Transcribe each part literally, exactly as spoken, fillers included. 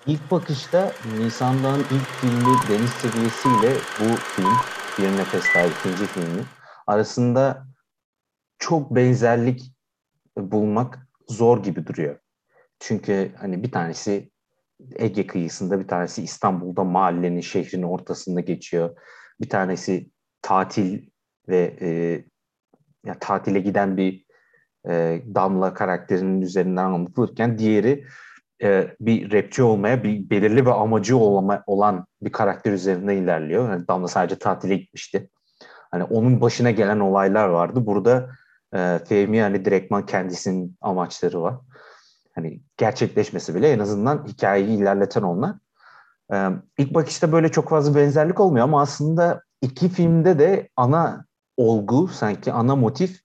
İlk bakışta Nisan Dağ'ın ilk filmi Deniz Seviyesi ile bu film Bir Nefes Daha ikinci filmi arasında çok benzerlik bulmak zor gibi duruyor. Çünkü hani bir tanesi Ege kıyısında, bir tanesi İstanbul'da mahallenin, şehrin ortasında geçiyor. Bir tanesi tatil ve e, ya tatile giden bir e, Damla karakterinin üzerinden anlatılırken diğeri e, bir rapçi olmaya bir belirli bir amacı olama, olan bir karakter üzerinde ilerliyor. Yani Damla sadece tatile gitmişti. Hani onun başına gelen olaylar vardı. Burada e, Fehmi hani direktman kendisinin amaçları var. Hani gerçekleşmesi bile en azından hikayeyi ilerleten onlar. E, ilk bakışta böyle çok fazla benzerlik olmuyor ama aslında iki filmde de ana olgu sanki ana motif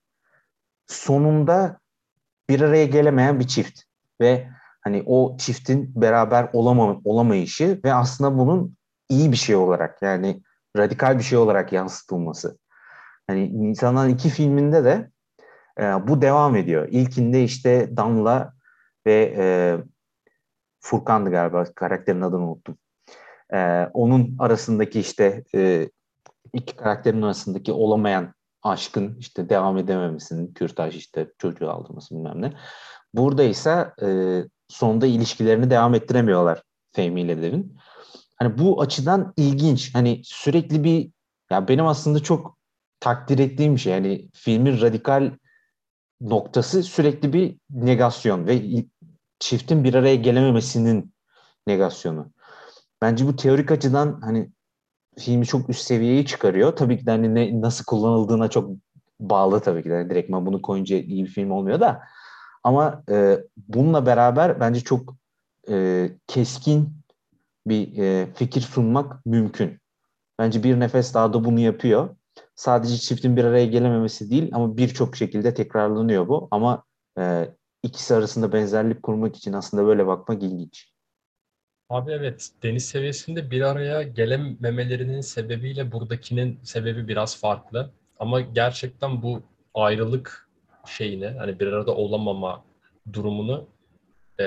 sonunda bir araya gelemeyen bir çift ve hani o çiftin beraber olama, olamayışı ve aslında bunun iyi bir şey olarak yani radikal bir şey olarak yansıtılması. Hani insanların iki filminde de e, bu devam ediyor. İlkinde işte Damla ve e, Furkan'dı galiba karakterin adını unuttum. E, onun arasındaki işte e, iki karakterin arasındaki olamayan aşkın işte devam edememesinin, kürtaj işte çocuğu aldırması bilmem ne. Burada ise e, sonunda ilişkilerini devam ettiremiyorlar Fehmi ile Devin. Hani bu açıdan ilginç. Hani sürekli bir ya benim aslında çok takdir ettiğim bir şey. Yani filmin radikal noktası sürekli bir negasyon ve çiftin bir araya gelememesinin negasyonu. Bence bu teorik açıdan hani filmi çok üst seviyeye çıkarıyor. Tabii ki de hani ne, nasıl kullanıldığına çok bağlı tabii ki de. Yani direktman bunu koyunca iyi bir film olmuyor da. Ama e, bununla beraber bence çok e, keskin bir e, fikir sunmak mümkün. Bence Bir Nefes Daha da bunu yapıyor. Sadece çiftin bir araya gelememesi değil ama birçok şekilde tekrarlanıyor bu. Ama e, ikisi arasında benzerlik kurmak için aslında böyle bakmak ilginç. Abi evet, deniz seviyesinde bir araya gelememelerinin sebebiyle buradakinin sebebi biraz farklı. Ama gerçekten bu ayrılık şeyini, hani bir arada olamama durumunu e,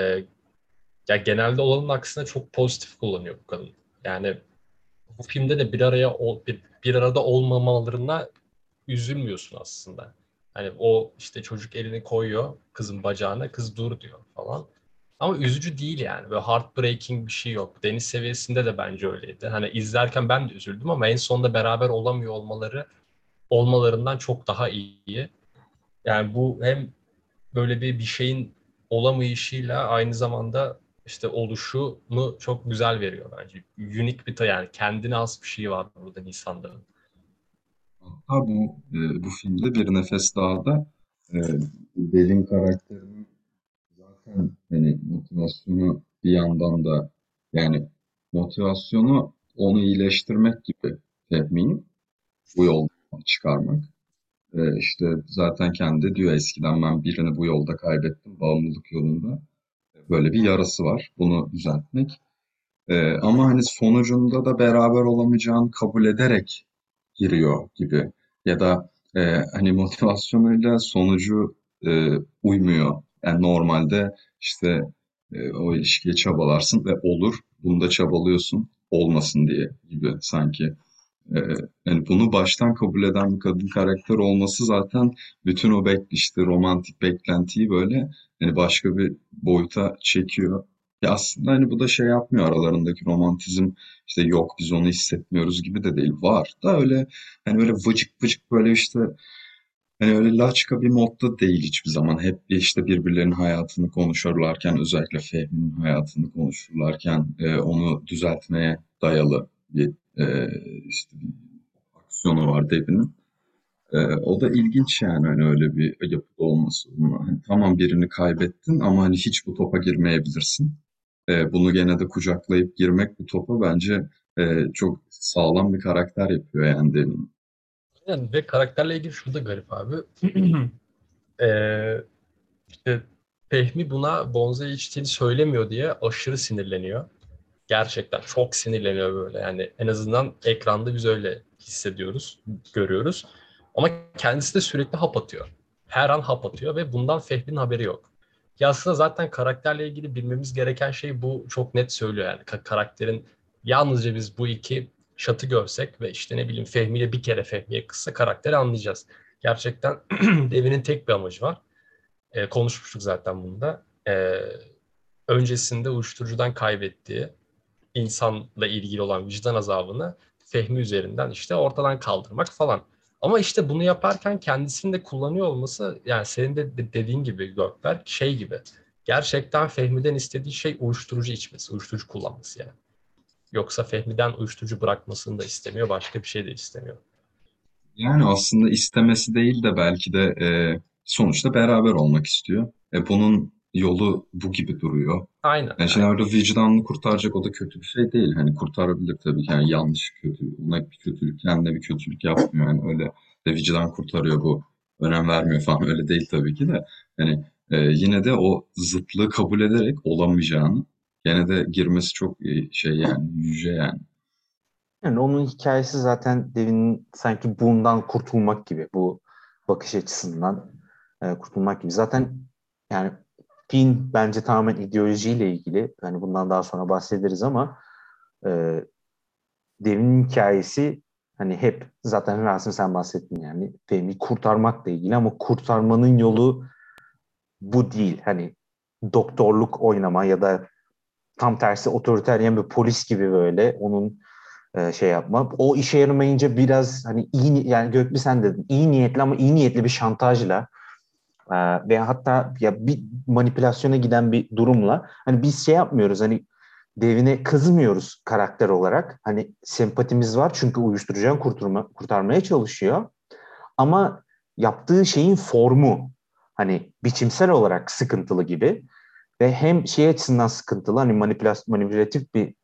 ya genelde olanın aksine çok pozitif kullanıyor bu kadın. Yani bu filmde de bir araya ol- bir, bir arada olmamalarına üzülmüyorsun aslında. Hani o işte çocuk elini koyuyor kızın bacağına, kız dur diyor falan. Ama üzücü değil yani. Böyle heartbreaking bir şey yok. Deniz seviyesinde de bence öyleydi. Hani izlerken ben de üzüldüm ama en sonunda beraber olamıyor olmaları olmalarından çok daha iyi. Yani bu hem böyle bir bir şeyin olamayışıyla aynı zamanda işte oluşunu çok güzel veriyor bence. Unik bir ta yani kendine has bir şey var burada Nisan'da. Hatta bu e, bu filmde Bir Nefes Daha da e, Belin karakterinin zaten hani motivasyonu bir yandan da yani motivasyonu onu iyileştirmek gibi Fehmi'nin bu yoldan çıkarmak. E, işte zaten kendi diyor eskiden ben birini bu yolda kaybettim bağımlılık yolunda. Böyle bir yarası var. Bunu düzeltmek. E, ama hani sonucunda da beraber olamayacağını kabul ederek giriyor gibi. Ya da e, hani motivasyonuyla sonucu e, uymuyor. Yani normalde işte e, o ilişkiye çabalarsın ve olur. Bunda çabalıyorsun olmasın diye gibi sanki. E, Yani bunu baştan kabul eden bir kadın karakter olması zaten bütün o bek işte romantik beklentiyi böyle hani başka bir boyuta çekiyor. Ya aslında hani bu da şey yapmıyor aralarındaki romantizm işte yok biz onu hissetmiyoruz gibi de değil. Var da öyle hani böyle vıcık vıcık böyle işte hani öyle laçka bir modda değil hiçbir zaman. Hep işte birbirlerinin hayatını konuşurlarken özellikle Fehmi'nin hayatını konuşurlarken e, onu düzeltmeye dayalı bir e, işte bir aksiyonu var Devin'in. E, o da ilginç yani hani öyle bir yapıda olması. Hani tamam birini kaybettin ama hani hiç bu topa girmeyebilirsin. E, bunu gene de kucaklayıp girmek bu topa bence e, çok sağlam bir karakter yapıyor yani Devin. Yani ve karakterle ilgili şu da garip abi. Ee, işte Fehmi buna Bonzai içtiğini söylemiyor diye aşırı sinirleniyor. Gerçekten çok sinirleniyor böyle. Yani en azından ekranda biz öyle hissediyoruz, görüyoruz. Ama kendisi de sürekli hap atıyor. Her an hap atıyor ve bundan Fehmi'nin haberi yok. Ya aslında zaten karakterle ilgili bilmemiz gereken şey bu, çok net söylüyor yani. Ka- karakterin yalnızca biz bu iki şatı görsek ve işte ne bileyim Fehmi ile bir kere Fehmi'ye kızsa karakteri anlayacağız. Gerçekten Devin'in tek bir amacı var. E, konuşmuştuk zaten bunu da. E, öncesinde uyuşturucudan kaybettiği insanla ilgili olan vicdan azabını Fehmi üzerinden işte ortadan kaldırmak falan. Ama işte bunu yaparken kendisini de kullanıyor olması, yani senin de de- dediğin gibi Gökberk, şey gibi. Gerçekten Fehmi'den istediği şey uyuşturucu içmesi, uyuşturucu kullanması yani. Yoksa Fehmi'den uyuşturucu bırakmasını da istemiyor, başka bir şey de istemiyor. Yani aslında istemesi değil de belki de e, sonuçta beraber olmak istiyor. E, bunun yolu bu gibi duruyor. Aynen, Yani şimdi aynen. orada vicdanını kurtaracak, o da kötü bir şey değil. Hani kurtarabilir tabii ki. Yani yanlış, kötü. Ona bir kötülük, kendine bir kötülük yapmıyor. Yani öyle de vicdan kurtarıyor bu. Önem vermiyor falan. Öyle değil tabii ki de. Hani e, yine de o zıtlığı kabul ederek olamayacağını, gene de girmesi çok e, şey yani yüce yani. Yani onun hikayesi zaten Devin'in sanki bundan kurtulmak gibi, bu bakış açısından e, kurtulmak gibi. Zaten yani film bence tamamen ideolojiyle ilgili. Yani bundan daha sonra bahsederiz ama e, Devin'in hikayesi hani hep zaten Rasim sen bahsettin, yani Fehmi'yi kurtarmakla ilgili ama kurtarmanın yolu bu değil. Hani doktorluk oynama ya da tam tersi otoriteryen bir polis gibi böyle onun e, şey yapma. O işe yaramayınca biraz hani iyi ni- yani Gökbi sen dedin, iyi niyetli ama iyi niyetli bir şantajla e, veya hatta ya bir manipülasyona giden bir durumla hani biz şey yapmıyoruz, hani Devine kızmıyoruz karakter olarak. Hani sempatimiz var çünkü uyuşturucudan kurtulma, kurtarmaya çalışıyor. Ama yaptığı şeyin formu hani biçimsel olarak sıkıntılı gibi ve hem şey açısından sıkıntılı, hani manipülas- manipülatif bir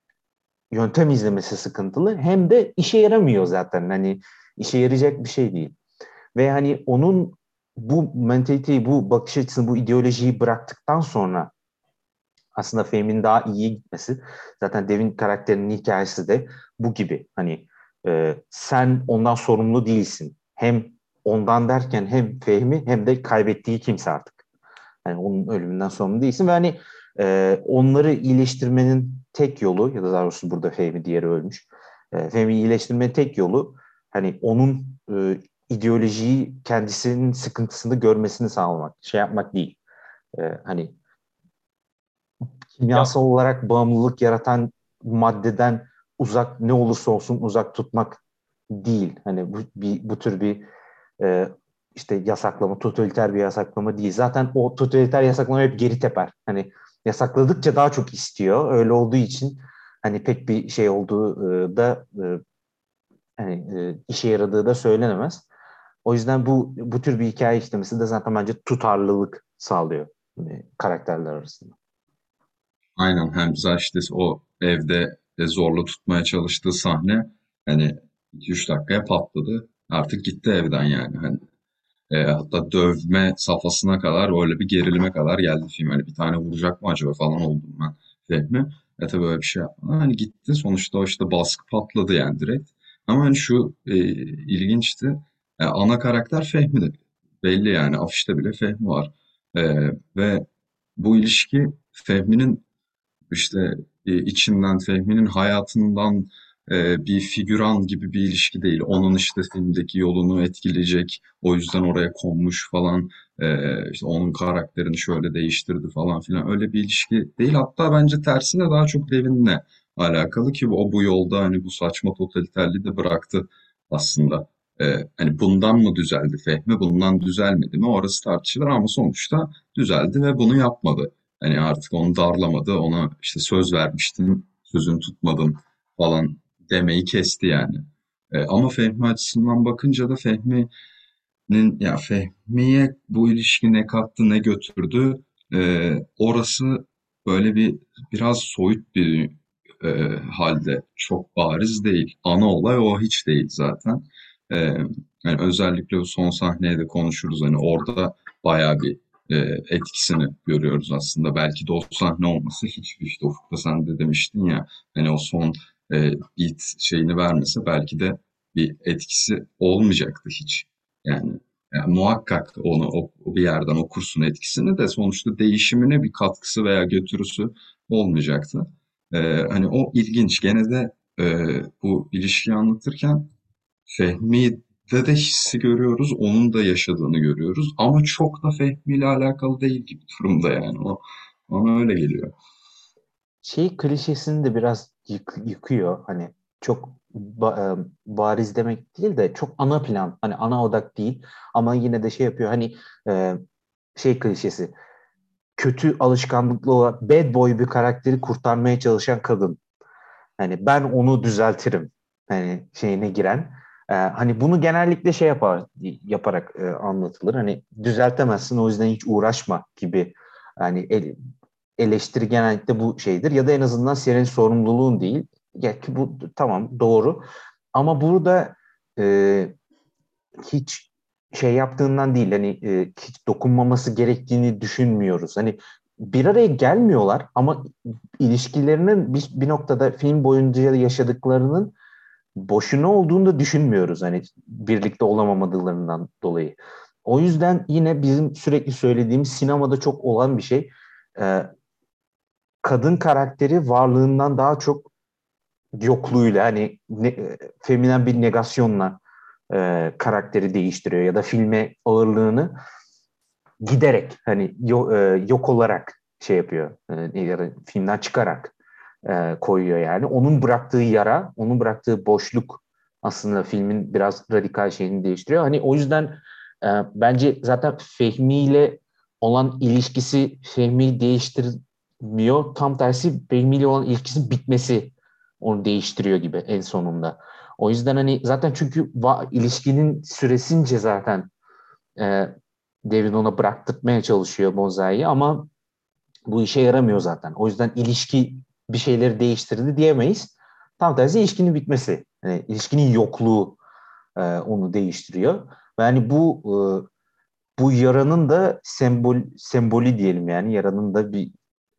yöntem izlemesi sıkıntılı, hem de işe yaramıyor zaten, hani işe yarayacak bir şey değil. Ve hani onun bu mentaliteyi, bu bakış açısını, bu ideolojiyi bıraktıktan sonra aslında Fehmi'nin daha iyiye gitmesi. Zaten Devin karakterinin hikayesi de bu gibi. Hani e, sen ondan sorumlu değilsin. Hem ondan derken hem Fehmi hem de kaybettiği kimse artık. Yani onun ölümünden sorumlu değilsin ve hani e, onları iyileştirmenin tek yolu, ya da daha doğrusu burada Fehmi, diğeri ölmüş. E, Fehmi'yi iyileştirmenin tek yolu hani onun e, ideolojiyi kendisinin sıkıntısını görmesini sağlamak, şey yapmak değil. E, hani Ya kimyasal olarak bağımlılık yaratan maddeden uzak, ne olursa olsun uzak tutmak değil. Hani bu, bir, bu tür bir e, işte yasaklama, totaliter bir yasaklama değil. Zaten o totaliter yasaklama hep geri teper. Hani yasakladıkça daha çok istiyor. Öyle olduğu için hani pek bir şey olduğu e, da e, hani e, işe yaradığı da söylenemez. O yüzden bu bu tür bir hikaye işlemesi de zaten bence tutarlılık sağlıyor e, karakterler arasında. Aynen Hamza işte o evde e, zorla tutmaya çalıştığı sahne hani iki üç dakikaya patladı. Artık gitti evden yani. Hani, e, hatta dövme safhasına kadar öyle bir gerilime kadar geldi film. Hani bir tane vuracak mı acaba falan oldum ben Fehmi. E tabii öyle bir şey yapmadı. Hani gitti sonuçta o işte baskı patladı yani direkt. Ama hani şu e, ilginçti. E, ana karakter Fehmi de belli yani afişte bile Fehmi var. E, ve bu ilişki Fehmi'nin işte e, içinden Fehmi'nin hayatından e, bir figüran gibi bir ilişki değil. Onun işte filmdeki yolunu etkileyecek. O yüzden oraya konmuş falan. E, işte onun karakterini şöyle değiştirdi falan filan. Öyle bir ilişki değil. Hatta bence tersine daha çok Devin'le alakalı ki o bu yolda hani bu saçma totaliterliği de bıraktı aslında. E, hani bundan mı düzeldi Fehmi, bundan düzelmedi mi? Orası tartışılır ama sonuçta düzeldi ve bunu yapmadı. Hani artık onu darlamadı. Ona işte söz vermiştin, sözünü tutmadın falan demeyi kesti yani. E, ama Fehmi açısından bakınca da Fehmi'nin ya Fehmi'ye bu ilişki ne kattı ne götürdü e, orası böyle bir biraz soyut bir e, halde çok bariz değil. Ana olay o hiç değil zaten. E, yani özellikle bu son sahneye de konuşuruz. Hani orada bayağı bir e, etkisini görüyoruz aslında. Belki de o sahne olmasa hiç işte Ufuk'ta sen de demiştin ya hani o son e, beat şeyini vermese belki de bir etkisi olmayacaktı hiç. Yani Yani muhakkak onu o, o bir yerden okursun etkisini de sonuçta değişimine bir katkısı veya götürüsü olmayacaktı. Ee, hani o ilginç. Gene de e, bu ilişkiyi anlatırken Fehmi'de de hissi görüyoruz, onun da yaşadığını görüyoruz. Ama çok da Fehmi ile alakalı değil gibi durumda yani. O, ona öyle geliyor. Şey klişesini de biraz yık- yıkıyor. Hani çok ba- e, bariz demek değil de çok ana plan. Hani ana odak değil. Ama yine de şey yapıyor. Hani e, şey klişesi. Kötü alışkanlıklı olan bad boy bir karakteri kurtarmaya çalışan kadın. Hani ben onu düzeltirim. Hani şeyine giren. Ee, hani bunu genellikle şey yapar, yaparak e, anlatılır. Hani düzeltemezsin o yüzden hiç uğraşma gibi. Yani el- eleştiri genellikle bu şeydir. Ya da en azından senin sorumluluğun değil. Ya ki bu tamam doğru. Ama burada e, hiç şey yaptığından değil. Hani e, hiç dokunmaması gerektiğini düşünmüyoruz. Hani bir araya gelmiyorlar ama ilişkilerinin bir, bir noktada film boyunca yaşadıklarının boşuna olduğunu da düşünmüyoruz. Hani birlikte olamamadıklarından dolayı. O yüzden yine bizim sürekli söylediğimiz sinemada çok olan bir şey. E, kadın karakteri varlığından daha çok yokluğuyla hani ne, e, feminen bir negasyonla e, karakteri değiştiriyor ya da filme ağırlığını giderek hani yo, e, yok olarak şey yapıyor e, ya da filmden çıkarak e, koyuyor yani. Onun bıraktığı yara, onun bıraktığı boşluk aslında filmin biraz radikal şeyini değiştiriyor. Hani o yüzden e, bence zaten Fehmi ile olan ilişkisi Fehmi'yi değiştirmiyor. Tam tersi Fehmi ile olan ilişkisinin bitmesi onu değiştiriyor gibi en sonunda. O yüzden hani zaten çünkü va- ilişkinin süresince zaten e, David ona bıraktırmaya çalışıyor Bonzai'yi ama bu işe yaramıyor zaten. O yüzden ilişki bir şeyleri değiştirdi diyemeyiz. Tam tersi ilişkinin bitmesi. Yani ilişkinin yokluğu e, onu değiştiriyor. Ve yani bu e, bu yaranın da sembol sembolü diyelim yani yaranın da bir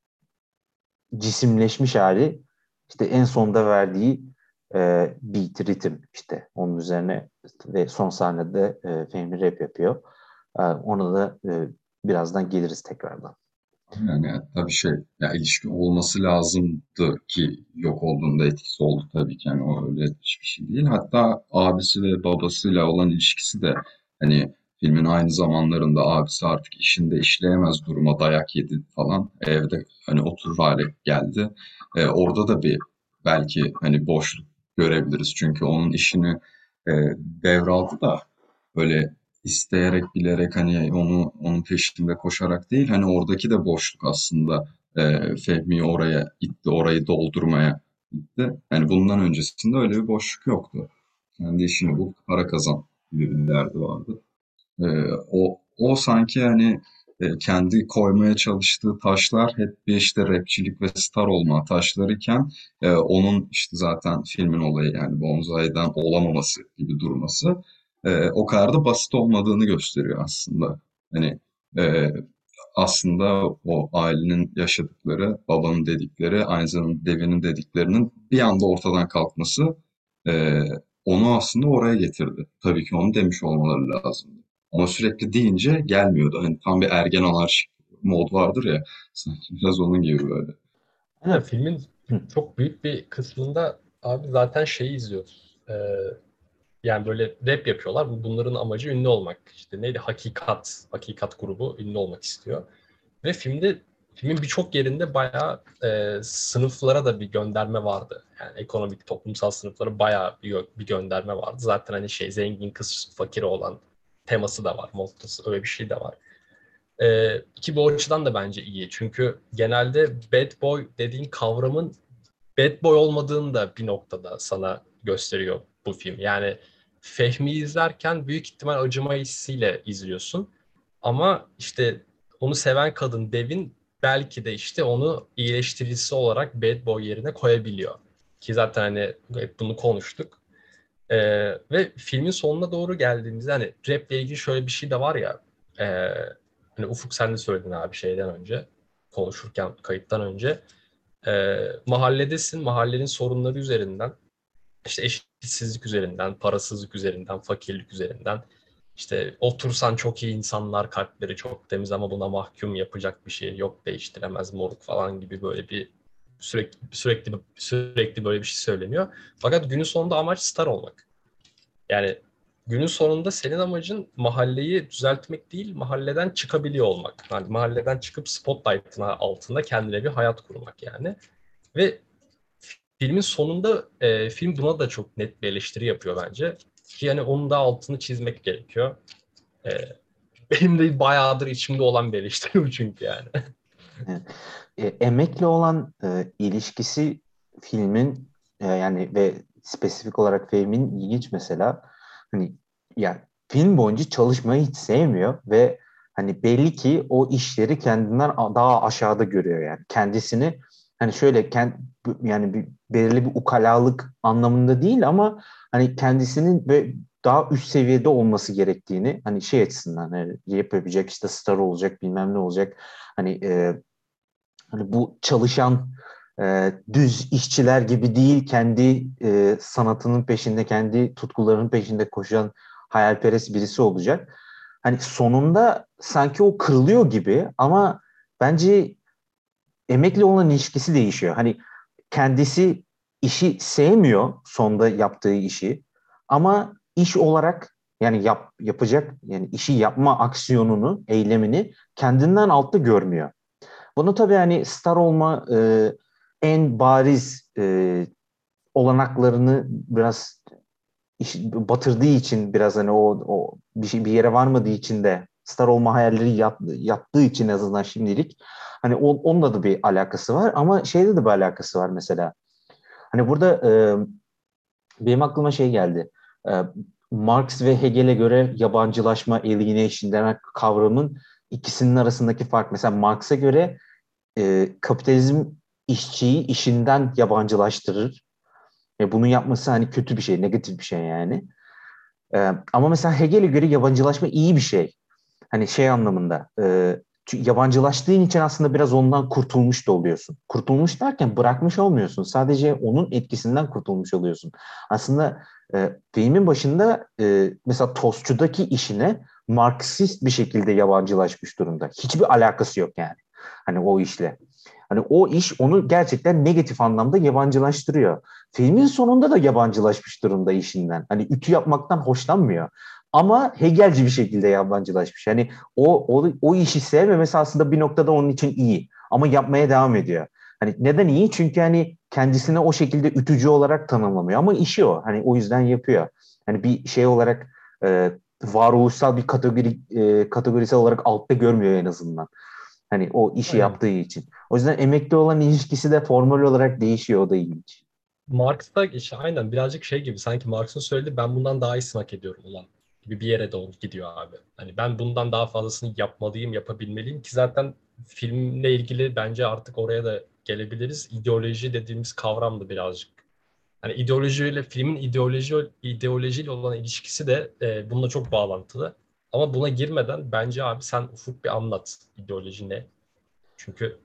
cisimleşmiş hali işte en sonda verdiği e, beat, ritim işte onun üzerine ve son sahnede e, Fehmi rap yapıyor. E, ona da e, birazdan geliriz tekrardan. Yani tabii şey, ya ilişki olması lazımdı ki yok olduğunda etkisi oldu tabii ki. Yani o öyle hiçbir şey değil. Hatta abisi ve babasıyla olan ilişkisi de hani filmin aynı zamanlarında abisi artık işinde işleyemez duruma dayak yedi falan. Evde hani oturur hale geldi. Ee, orada da bir belki hani boşluk görebiliriz. Çünkü onun işini e, devraldı da böyle isteyerek bilerek hani onu onun peşinde koşarak değil hani oradaki de boşluk aslında e, Fehmi'yi oraya itti, orayı doldurmaya itti. Yani bundan öncesinde öyle bir boşluk yoktu. Kendi işini bul, para kazan gibi bir derdi vardı. E, o o sanki hani e, kendi koymaya çalıştığı taşlar hep bir işte rapçilik ve star olma taşlarıyken e, onun işte zaten filmin olayı yani Bonzai'den olamaması gibi durması e, o kadar da basit olmadığını gösteriyor aslında. Hani e, aslında o ailenin yaşadıkları, babanın dedikleri, aynı zamanda devenin dediklerinin bir anda ortadan kalkması e, onu aslında oraya getirdi. Tabii ki onu demiş olmaları lazım. Ama sürekli deyince gelmiyordu. Hani tam bir ergen anarşik mod vardır ya. Sanki biraz onun gibi böyle. Ya Evet. filmin Hı. çok büyük bir kısmında abi zaten şeyi izliyoruz. Ee, yani böyle rap yapıyorlar. Bu- Bunların amacı ünlü olmak. İşte neydi? Hakikat. Hakikat grubu ünlü olmak istiyor. Ve filmde filmin birçok yerinde bayağı e, sınıflara da bir gönderme vardı. Yani ekonomik, toplumsal sınıflara bayağı bir, gö- bir gönderme vardı. Zaten hani şey zengin kız fakir olan teması da var. Mottosu öyle bir şey de var. E, ki bu açıdan da bence iyi. Çünkü genelde bad boy dediğin kavramın bad boy olmadığını da bir noktada sana gösteriyor bu film. Yani Fehmi izlerken büyük ihtimal acıma hissiyle izliyorsun. Ama işte onu seven kadın Devin belki de işte onu iyileştiricisi olarak bad boy yerine koyabiliyor. Ki zaten hani hep bunu konuştuk. Ee, ve filmin sonuna doğru geldiğimizde hani raple ilgili şöyle bir şey de var ya. E, hani Ufuk sen de söyledin abi şeyden önce konuşurken kayıttan önce e, mahalledesin, mahallenin sorunları üzerinden, işte eşitsizlik üzerinden, parasızlık üzerinden, fakirlik üzerinden, İşte otursan çok iyi insanlar, kalpleri çok temiz ama buna mahkum, yapacak bir şey yok, değiştiremez moruk falan gibi böyle bir sürekli sürekli sürekli böyle bir şey söyleniyor. Fakat günün sonunda amaç star olmak. Yani günün sonunda senin amacın mahalleyi düzeltmek değil, mahalleden çıkabiliyor olmak. Yani mahalleden çıkıp spotlight'ın altında kendine bir hayat kurmak yani. Ve filmin sonunda e, film buna da çok net bir eleştiri yapıyor bence. Ki yani onun da altını çizmek gerekiyor. E, Benim de bayağıdır içimde olan bir eleştiri bu çünkü yani. Evet. E, emekle olan e, ilişkisi filmin e, yani ve spesifik olarak Fehmi'nin ilginç mesela hani ya film boyunca çalışmayı hiç sevmiyor ve hani belli ki o işleri kendinden a- daha aşağıda görüyor yani kendisini hani şöyle kend, yani bir, belirli bir ukalalık anlamında değil ama hani kendisinin ve daha üst seviyede olması gerektiğini hani şey açısından hani yapabilecek işte star olacak bilmem ne olacak hani e, hani bu çalışan e, düz işçiler gibi değil, kendi e, sanatının peşinde, kendi tutkularının peşinde koşan hayalperest birisi olacak. Hani sonunda sanki o kırılıyor gibi ama bence emekli olan ilişkisi değişiyor. Hani kendisi işi sevmiyor sonda yaptığı işi ama iş olarak yani yap, yapacak yani işi yapma aksiyonunu, eylemini kendinden altta görmüyor. Bunu tabii hani star olma e, en bariz e, olanaklarını biraz iş, batırdığı için biraz hani o, o bir şey bir yere varmadığı için de star olma hayalleri yat, yattığı için en azından şimdilik hani o, onunla da bir alakası var ama şeyde de bir alakası var mesela. Hani burada e, benim aklıma şey geldi. E, Marx ve Hegel'e göre yabancılaşma, alienation denen kavramın ikisinin arasındaki fark. Mesela Marx'a göre e, kapitalizm işçiyi işinden yabancılaştırır. E, bunu yapması hani kötü bir şey, negatif bir şey yani. E, ama mesela Hegel'e göre yabancılaşma iyi bir şey. Hani şey anlamında, e, yabancılaştığın için aslında biraz ondan kurtulmuş da oluyorsun. Kurtulmuş derken bırakmış olmuyorsun. Sadece onun etkisinden kurtulmuş oluyorsun. Aslında e, filmin başında e, mesela Tostçu'daki işine Marksist bir şekilde yabancılaşmış durumda. Hiçbir alakası yok yani. Hani o işle. Hani o iş onu gerçekten negatif anlamda yabancılaştırıyor. Filmin sonunda da yabancılaşmış durumda işinden. Hani ütü yapmaktan hoşlanmıyor. Ama Hegelci bir şekilde yabancılaşmış. Hani o, o, o işi sevmemesi aslında bir noktada onun için iyi. Ama yapmaya devam ediyor. Hani neden iyi? Çünkü hani kendisine o şekilde ütücü olarak tanımlamıyor. Ama işi o. Hani o yüzden yapıyor. Hani bir şey olarak e, varoluşsal bir kategori e, kategorisel olarak altta görmüyor en azından. Hani o işi Aynen. yaptığı için. O yüzden emekli olan ilişkisi de formal olarak değişiyor. O da ilginç. Marx'ta işte aynen birazcık şey gibi, sanki Marx'ın söylediği ben bundan daha iyisini hak ediyorum ulan gibi bir yere doğru gidiyor abi. Hani ben bundan daha fazlasını yapmalıyım, yapabilmeliyim ki zaten filmle ilgili bence artık oraya da gelebiliriz. İdeoloji dediğimiz kavram da birazcık. Hani ideolojiyle filmin ideoloji ideolojiyle olan ilişkisi de e, bununla çok bağlantılı. Ama buna girmeden bence abi sen ufuk bir anlat, ideoloji ne? Çünkü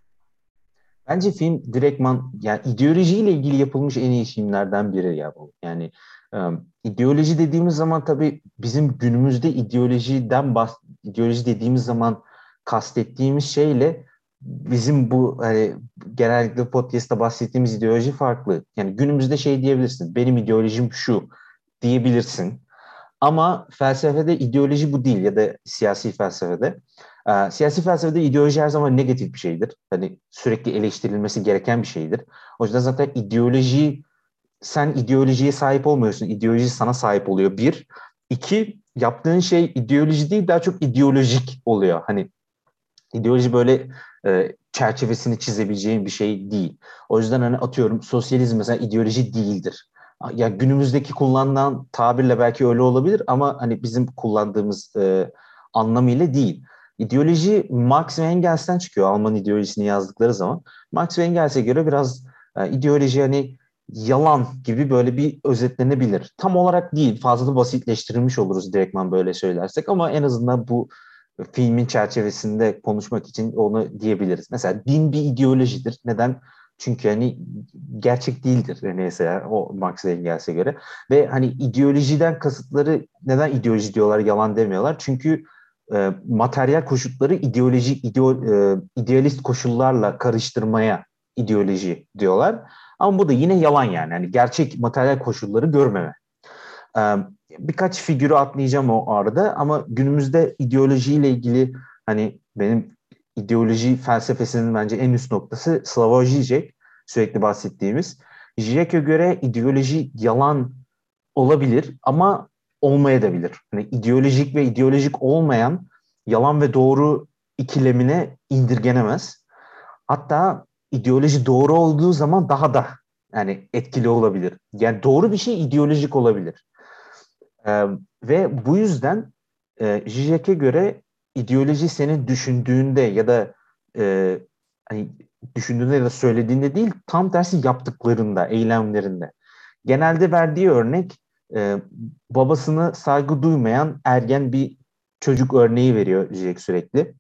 Bence film direktman yani ideolojiyle ilgili yapılmış en iyi filmlerden biri ya bu. Yani e, ideoloji dediğimiz zaman tabii bizim günümüzde ideolojiden bahs ideoloji dediğimiz zaman kastettiğimiz şeyle bizim bu hani genellikle podcast'ta bahsettiğimiz ideoloji farklı. Yani günümüzde şey diyebilirsin. Benim ideolojim şu diyebilirsin. Ama felsefede ideoloji bu değil ya da siyasi felsefede. Ee, siyasi felsefede ideoloji her zaman negatif bir şeydir. Hani sürekli eleştirilmesi gereken bir şeydir. O yüzden zaten ideoloji, sen ideolojiye sahip olmuyorsun. İdeoloji sana sahip oluyor. Bir. İki, yaptığın şey ideoloji değil daha çok ideolojik oluyor. Hani ideoloji böyle e, çerçevesini çizebileceğin bir şey değil. O yüzden hani atıyorum sosyalizm mesela ideoloji değildir. Ya günümüzdeki kullanılan tabirle belki öyle olabilir ama hani bizim kullandığımız e, anlamıyla değil. İdeoloji Marx ve Engels'ten çıkıyor Alman ideolojisini yazdıkları zaman. Marx ve Engels'e göre biraz e, ideoloji hani yalan gibi böyle bir özetlenebilir. Tam olarak değil, fazla da basitleştirilmiş oluruz direktman böyle söylersek ama en azından bu filmin çerçevesinde konuşmak için onu diyebiliriz. Mesela din bir ideolojidir. Neden? Çünkü hani gerçek değildir neyse ya, o Marx ve Engels'e göre. Ve hani ideolojiden kasıtları, neden ideoloji diyorlar, yalan demiyorlar? Çünkü e, materyal koşulları ideoloji, ideo, e, idealist koşullarla karıştırmaya ideoloji diyorlar. Ama bu da yine yalan yani. Yani gerçek materyal koşulları görmeme. E, Birkaç figürü atlayacağım o arada ama günümüzde ideolojiyle ilgili hani benim ideoloji felsefesinin bence en üst noktası Slavoj Žižek, sürekli bahsettiğimiz. Žižek'e göre ideoloji yalan olabilir ama olmayabilir. Hani ideolojik ve ideolojik olmayan yalan ve doğru ikilemine indirgenemez. Hatta ideoloji doğru olduğu zaman daha da yani etkili olabilir. Yani doğru bir şey ideolojik olabilir. Ee, Ve bu yüzden e, Zizek'e göre ideoloji senin düşündüğünde ya da e, hani düşündüğünde ya da söylediğinde değil, tam tersi yaptıklarında, eylemlerinde. Genelde verdiği örnek e, babasına saygı duymayan ergen bir çocuk örneği veriyor Zizek sürekli.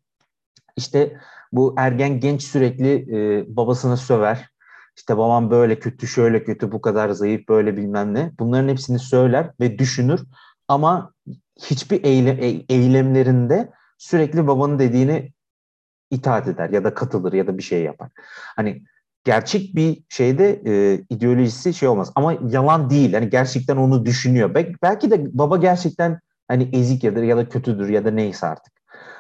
İşte bu ergen genç sürekli e, babasını söver. İşte babam böyle kötü, şöyle kötü, bu kadar zayıf, böyle bilmem ne. Bunların hepsini söyler ve düşünür. Ama hiçbir eylem, eylemlerinde sürekli babanın dediğini itaat eder ya da katılır ya da bir şey yapar. Hani gerçek bir şeyde e, ideolojisi şey olmaz. Ama yalan değil. Hani gerçekten onu düşünüyor. Belki, belki de baba gerçekten hani ezik ya da, ya da kötüdür ya da neyse artık.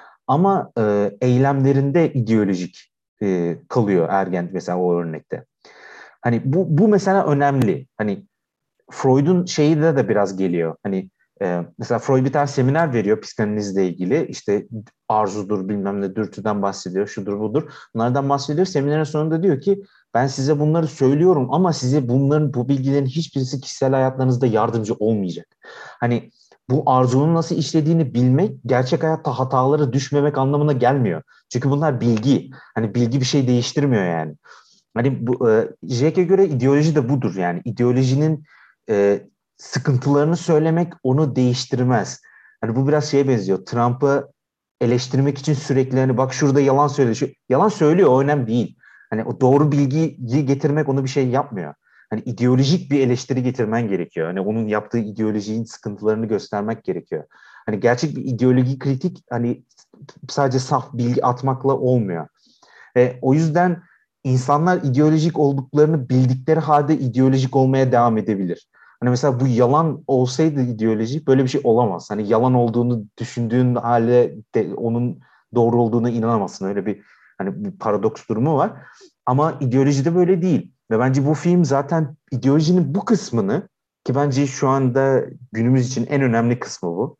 Ama e, eylemlerinde ideolojik e, kalıyor ergen mesela o örnekte. Hani bu, bu mesela önemli. Hani Freud'un şeyi de de biraz geliyor. Hani e, mesela Freud bir tane seminer veriyor psikanalizle ilgili. İşte arzudur, bilmem ne, dürtüden bahsediyor, şudur budur. Bunlardan bahsediyor. Seminerin sonunda diyor ki ben size bunları söylüyorum ama size bunların, bu bilgilerin hiçbirisi kişisel hayatlarınızda yardımcı olmayacak. Hani bu arzunun nasıl işlediğini bilmek gerçek hayatta hatalara düşmemek anlamına gelmiyor. Çünkü bunlar bilgi. Hani bilgi bir şey değiştirmiyor yani. Hani bu e, Jack'e göre ideoloji de budur yani. İdeolojinin e, sıkıntılarını söylemek onu değiştirmez. Hani bu biraz şeye benziyor. Trump'ı eleştirmek için sürekli hani bak şurada yalan söylüyor. Şu, yalan söylüyor, o önemli değil. Hani o doğru bilgiyi getirmek onu bir şey yapmıyor. Hani ideolojik bir eleştiri getirmen gerekiyor. Hani onun yaptığı ideolojinin sıkıntılarını göstermek gerekiyor. Hani gerçek bir ideoloji kritik hani sadece saf bilgi atmakla olmuyor. Ve o yüzden insanlar ideolojik olduklarını bildikleri halde ideolojik olmaya devam edebilir. Hani mesela bu yalan olsaydı ideoloji böyle bir şey olamaz. Hani yalan olduğunu düşündüğün halde de onun doğru olduğuna inanamazsın. Öyle bir hani bir paradoks durumu var. Ama ideolojide böyle değil. Ve bence bu film zaten ideolojinin bu kısmını, ki bence şu anda günümüz için en önemli kısmı bu.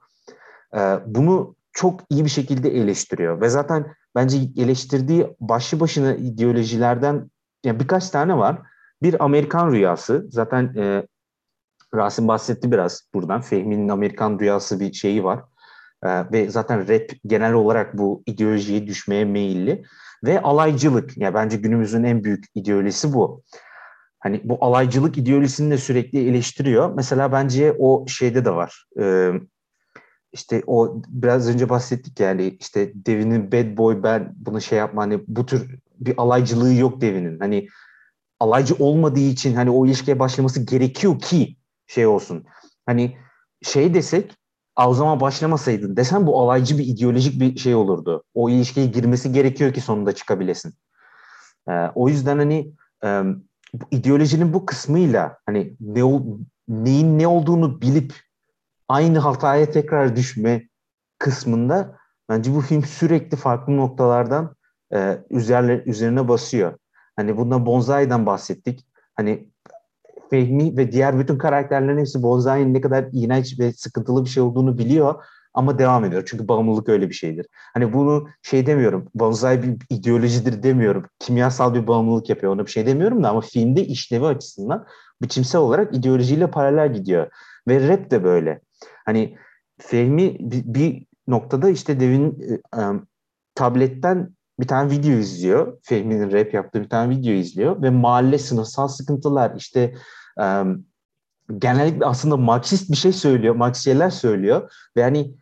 Bunu çok iyi bir şekilde eleştiriyor. Ve zaten bence eleştirdiği başlı başına ideolojilerden yani birkaç tane var. Bir Amerikan Rüyası. Zaten e, Rasim bahsetti biraz buradan. Fehmi'nin Amerikan Rüyası bir şeyi var. E, ve zaten rap genel olarak bu ideolojiye düşmeye meyilli. Ve alaycılık. Yani bence günümüzün en büyük ideolojisi bu. Hani bu alaycılık ideolojisini de sürekli eleştiriyor. Mesela bence o şeyde de var. E, işte o biraz önce bahsettik yani işte Devin'in bad boy, ben bunu şey yapma, hani bu tür bir alaycılığı yok Devin'in. Hani alaycı olmadığı için hani o ilişkiye başlaması gerekiyor ki şey olsun. Hani şey desek, o zaman başlamasaydın desen bu alaycı bir ideolojik bir şey olurdu. O ilişkiye girmesi gerekiyor ki sonunda çıkabilesin. Ee, o yüzden hani e, bu ideolojinin bu kısmıyla hani ne ol, neyin ne olduğunu bilip aynı hataya tekrar düşme kısmında bence bu film sürekli farklı noktalardan e, üzerine, üzerine basıyor. Hani bundan Bonzai'den bahsettik. Hani Fehmi ve diğer bütün karakterlerin hepsi Bonzai'nin ne kadar iğrenç ve sıkıntılı bir şey olduğunu biliyor ama devam ediyor. Çünkü bağımlılık öyle bir şeydir. Hani bunu şey demiyorum, Bonzai bir ideolojidir demiyorum. Kimyasal bir bağımlılık yapıyor, ona bir şey demiyorum da ama filmde işlevi açısından biçimsel olarak ideolojiyle paralel gidiyor. Ve rap de böyle. Hani Fehmi bir, bir noktada işte Devin e, e, tabletten bir tane video izliyor. Fehmi'nin rap yaptığı bir tane video izliyor ve mahalle sınıfsal sıkıntılar işte e, genellikle aslında Marksist bir şey söylüyor, Marksist şeyler söylüyor ve hani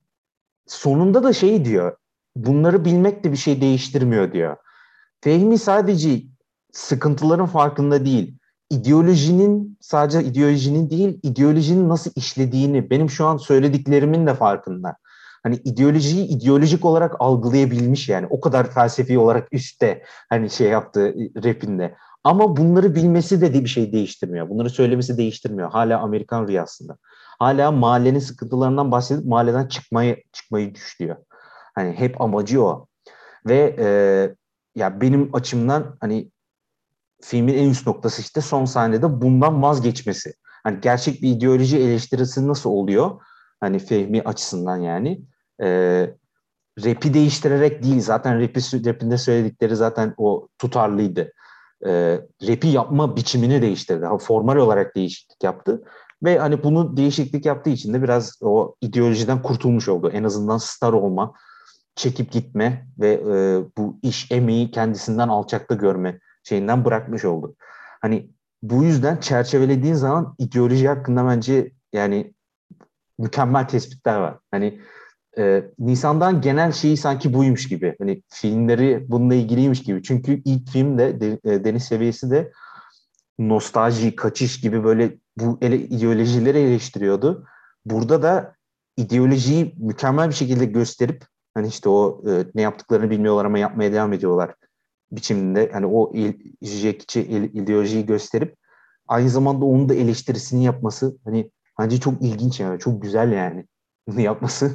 sonunda da şey diyor, bunları bilmek de bir şey değiştirmiyor diyor. Fehmi sadece sıkıntıların farkında değil. İdeolojinin, sadece ideolojinin değil, ideolojinin nasıl işlediğini, benim şu an söylediklerimin de farkında. Hani ideolojiyi ideolojik olarak algılayabilmiş yani. O kadar felsefi olarak üstte hani şey yaptığı rapinde. Ama bunları bilmesi de bir şey değiştirmiyor. Bunları söylemesi değiştirmiyor. Hala Amerikan rüyasında. Hala mahallenin sıkıntılarından bahsedip mahalleden çıkmayı çıkmayı düşlüyor. Hani hep amacı o. Ve e, ya benim açımdan hani filmin en üst noktası işte son sahnede bundan vazgeçmesi. Hani gerçek bir ideoloji eleştirisi nasıl oluyor? Hani Fehmi açısından yani. E, Rap'i değiştirerek değil. Zaten rap'i, rap'inde söyledikleri zaten o tutarlıydı. E, rap'i yapma biçimini değiştirdi. Ha, formal olarak değişiklik yaptı. Ve hani bunu değişiklik yaptığı için de biraz o ideolojiden kurtulmuş oldu. En azından star olma, çekip gitme ve e, bu iş emeği kendisinden alçakta görme şeyinden bırakmış oldu. Hani bu yüzden çerçevelediğin zaman ideoloji hakkında bence yani mükemmel tespitler var. Hani e, Nisan'dan genel şeyi sanki buymuş gibi. Hani filmleri bununla ilgiliymiş gibi. Çünkü ilk filmde de, e, Deniz Seviyesi de nostalji, kaçış gibi böyle bu ele, ideolojileri eleştiriyordu. Burada da ideolojiyi mükemmel bir şekilde gösterip hani işte o e, ne yaptıklarını bilmiyorlar ama yapmaya devam ediyorlar biçiminde hani o il, Jackçi ideolojiyi gösterip aynı zamanda onun da eleştirisini yapması hani bence çok ilginç yani çok güzel yani bunu yapması.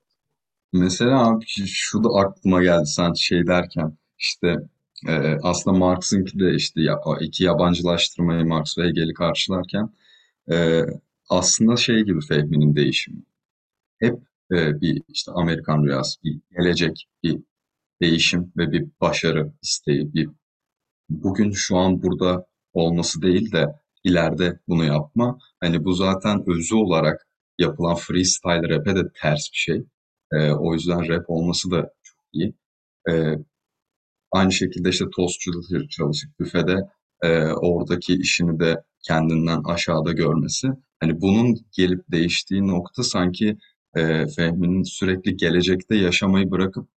Mesela abi şu da aklıma geldi sen şey derken işte e, aslında Marx'ınki de işte ya, o iki yabancılaştırmayı Marx ve Hegel'i karşılarken e, aslında şey gibi Fehmi'nin değişimi. Hep e, bir işte Amerikan rüyası, bir gelecek, bir değişim ve bir başarı isteği, bir bugün şu an burada olması değil de ileride bunu yapma. Hani bu zaten özü olarak yapılan freestyle rap'e de ters bir şey. Ee, o yüzden rap olması da çok iyi. Ee, Aynı şekilde işte tostçuluk çalışıp büfede e, oradaki işini de kendinden aşağıda görmesi. Hani bunun gelip değiştiği nokta sanki e, Fehmi'nin sürekli gelecekte yaşamayı bırakıp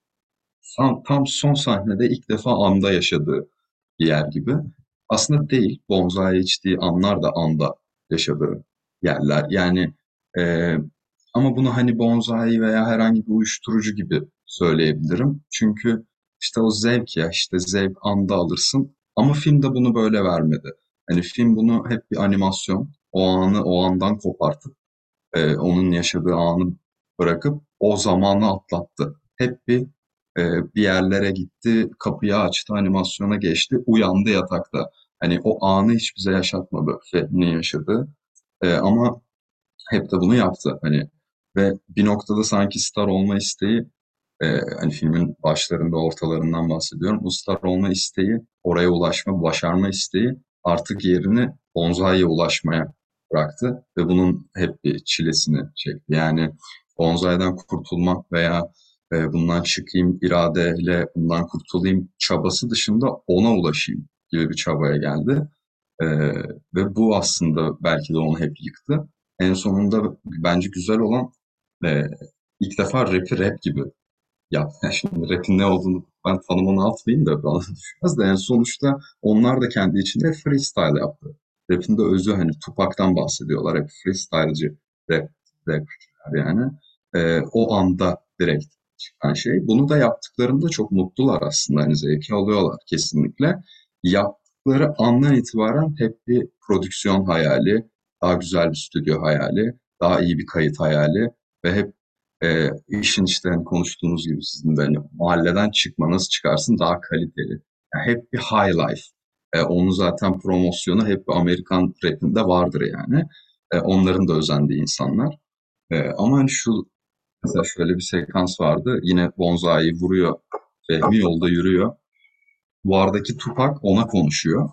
Tam, tam son sahnede ilk defa anda yaşadığı bir yer gibi. Aslında değil. Bonzai içtiği anlar da anda yaşadığı yerler. Yani e, ama bunu hani bonzai veya herhangi bir uyuşturucu gibi söyleyebilirim. Çünkü işte o zevk ya işte zevk anda alırsın. Ama film de bunu böyle vermedi. Hani film bunu hep bir animasyon. O anı o andan kopartıp e, onun yaşadığı anı bırakıp o zamanı atlattı. Hep bir e, bir yerlere gitti, kapıyı açtı, animasyona geçti, uyandı yatakta. Hani o anı hiç bize yaşatmadı Fehmi'nin yaşadığı. E, ama hep de bunu yaptı. Hani ve bir noktada sanki star olma isteği e, hani filmin başlarında ortalarından bahsediyorum. Bu star olma isteği, oraya ulaşma, başarma isteği artık yerini Bonzai'ye ulaşmaya bıraktı ve bunun hep bir çilesini çekti. Yani Bonzai'den kurtulmak veya e, bundan çıkayım iradeyle bundan kurtulayım çabası dışında ona ulaşayım gibi bir çabaya geldi. E, Ve bu aslında belki de onu hep yıktı. En sonunda bence güzel olan e, ilk defa rap'i rap gibi ya şimdi rap'in ne olduğunu ben tanımını atmayayım da bana düşmez de yani sonuçta onlar da kendi içinde freestyle yaptı. Rap'in de özü hani Tupac'tan bahsediyorlar. Hep freestyle'cı rap, rapçiler yani. Ee, o anda direkt çıkan şey. Bunu da yaptıklarında çok mutlular aslında. Hani zevki alıyorlar kesinlikle. Yaptıkları andan itibaren hep bir prodüksiyon hayali, daha güzel bir stüdyo hayali, daha iyi bir kayıt hayali ve hep e, işin işte hani konuştuğunuz gibi sizin de hani mahalleden çıkma nasıl çıkarsın daha kaliteli. Yani hep bir high life. E, onun zaten promosyonu hep Amerikan rapinde vardır yani. E, onların da özendiği insanlar. E, ama hani şu mesela şöyle bir sekans vardı. Yine Bonzai vuruyor. Fehmi yolda yürüyor. Duvardaki Tupac ona konuşuyor.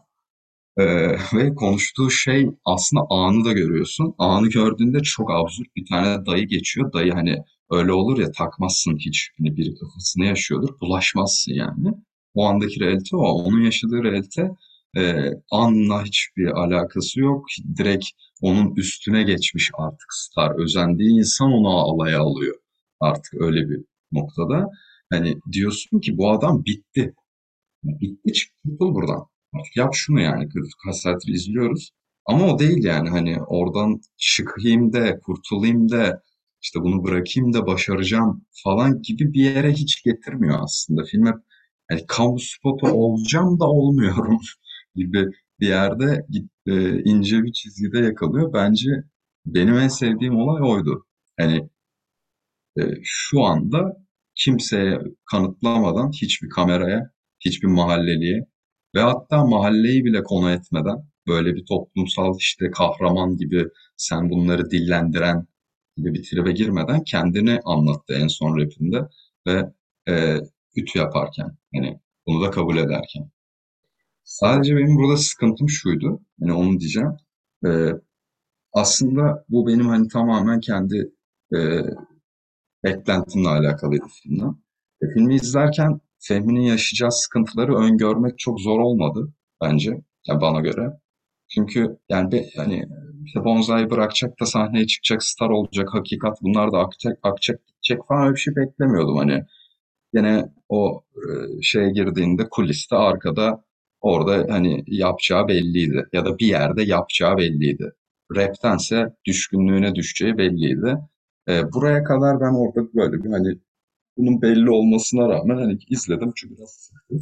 Ee, ve konuştuğu şey aslında anı da görüyorsun. Anı gördüğünde çok absürt bir tane dayı geçiyor. Dayı hani öyle olur ya takmazsın hiç. Hani biri kafasına yaşıyordur. Bulaşmazsın yani. O andaki realite o. Onun yaşadığı realite e, anla hiçbir alakası yok. Direkt onun üstüne geçmiş artık star. Özendiği insan onu alaya alıyor. Artık öyle bir noktada. Hani diyorsun ki bu adam bitti. Bitti çıktı buradan. Artık yap şunu yani. Kaç saattir izliyoruz. Ama o değil yani hani oradan çıkayım da kurtulayım da işte bunu bırakayım da başaracağım falan gibi bir yere hiç getirmiyor aslında. Film hep yani kamu spotu olacağım da olmuyorum gibi bir yerde git- e, ince bir çizgide yakalıyor. Bence benim en sevdiğim olay oydu. Hani e, şu anda kimseye kanıtlamadan hiçbir kameraya, hiçbir mahalleliye ve hatta mahalleyi bile konu etmeden böyle bir toplumsal işte kahraman gibi sen bunları dillendiren gibi bir tribe girmeden kendini anlattı en son rapinde ve e, ütü yaparken hani bunu da kabul ederken. Sadece benim burada sıkıntım şuydu. Hani onu diyeceğim. E, Aslında bu benim hani tamamen kendi e, beklentimle alakalıydı filmden. E, filmi izlerken Fehmi'nin yaşayacağı sıkıntıları öngörmek çok zor olmadı bence. Yani bana göre. Çünkü yani be, hani işte Bonzai bırakacak da sahneye çıkacak, star olacak, hakikat bunlar da akacak, akacak, gidecek falan öyle bir şey beklemiyordum hani. Gene o e, şeye girdiğinde kuliste arkada orada hani yapacağı belliydi. Ya da bir yerde yapacağı belliydi. Rap'tense düşkünlüğüne düşeceği belliydi. E, buraya kadar ben orada böyle bir hani bunun belli olmasına rağmen hani izledim çünkü biraz sıktı.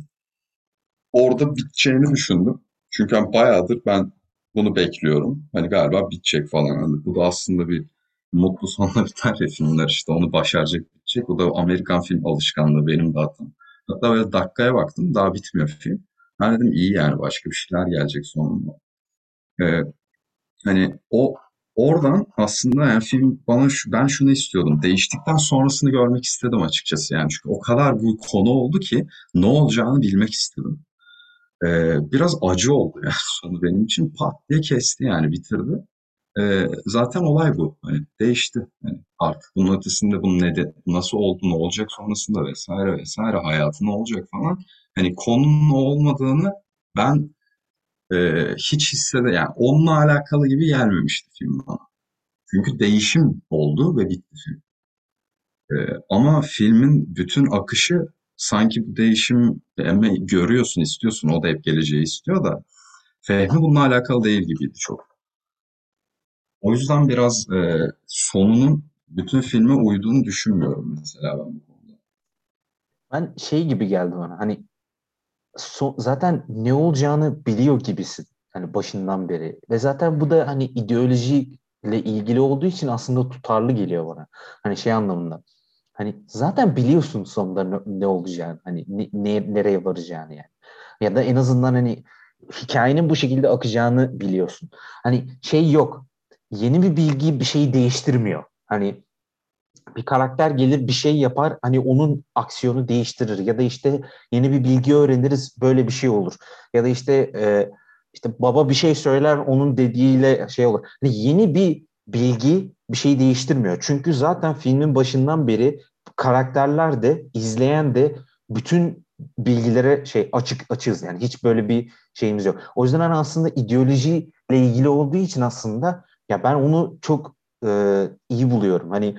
Orada biteceğini düşündüm. Çünkü hani bayağıdır ben bunu bekliyorum. Hani galiba bitecek falan. Hani bu da aslında bir mutlu sonla biter ya filmler işte onu başaracak bitecek. Bu da Amerikan film alışkanlığı benim de hatam. Hatta böyle dakikaya baktım daha bitmiyor film. Ben dedim iyi yani başka bir şeyler gelecek sonunda. Ee, Hani o oradan aslında yani film bana şu, ben şunu istiyordum. Değiştikten sonrasını görmek istedim açıkçası yani. Çünkü o kadar bu konu oldu ki ne olacağını bilmek istedim. Ee, biraz acı oldu yani sonu benim için pat diye kesti yani bitirdi. Ee, zaten olay bu. Hani değişti. Yani artık bunun ötesinde bunun ne de, nasıl oldu, ne olacak sonrasında vesaire vesaire hayatı ne olacak falan. Hani konunun o olmadığını ben e, hiç hissede yani onunla alakalı gibi gelmemişti film bana. Çünkü değişim oldu ve bitti film. Ee, ama filmin bütün akışı sanki bu değişim ama görüyorsun, istiyorsun. O da hep geleceği istiyor da Fehmi bununla alakalı değil gibiydi çok. O yüzden biraz e, sonunun bütün filme uyduğunu düşünmüyorum mesela ben bu konuda. Ben şey gibi geldi bana. Hani so- zaten ne olacağını biliyor gibisin. Hani başından beri. Ve zaten bu da hani ideolojiyle ilgili olduğu için aslında tutarlı geliyor bana. Hani şey anlamında. Hani zaten biliyorsun sonunda ne, ne olacağını. Hani ne, ne- nereye varacağını yani. Ya da en azından hani hikayenin bu şekilde akacağını biliyorsun. Hani şey yok. Yeni bir bilgi bir şeyi değiştirmiyor. Hani bir karakter gelir bir şey yapar hani onun aksiyonu değiştirir ya da işte yeni bir bilgi öğreniriz böyle bir şey olur ya da işte e, işte baba bir şey söyler onun dediğiyle şey olur. Hani yeni bir bilgi bir şey değiştirmiyor. Çünkü zaten filmin başından beri karakterler de izleyen de bütün bilgilere şey açık açığız yani hiç böyle bir şeyimiz yok. O yüzden hani aslında ideolojiyle ilgili olduğu için aslında ya ben onu çok e, iyi buluyorum. Hani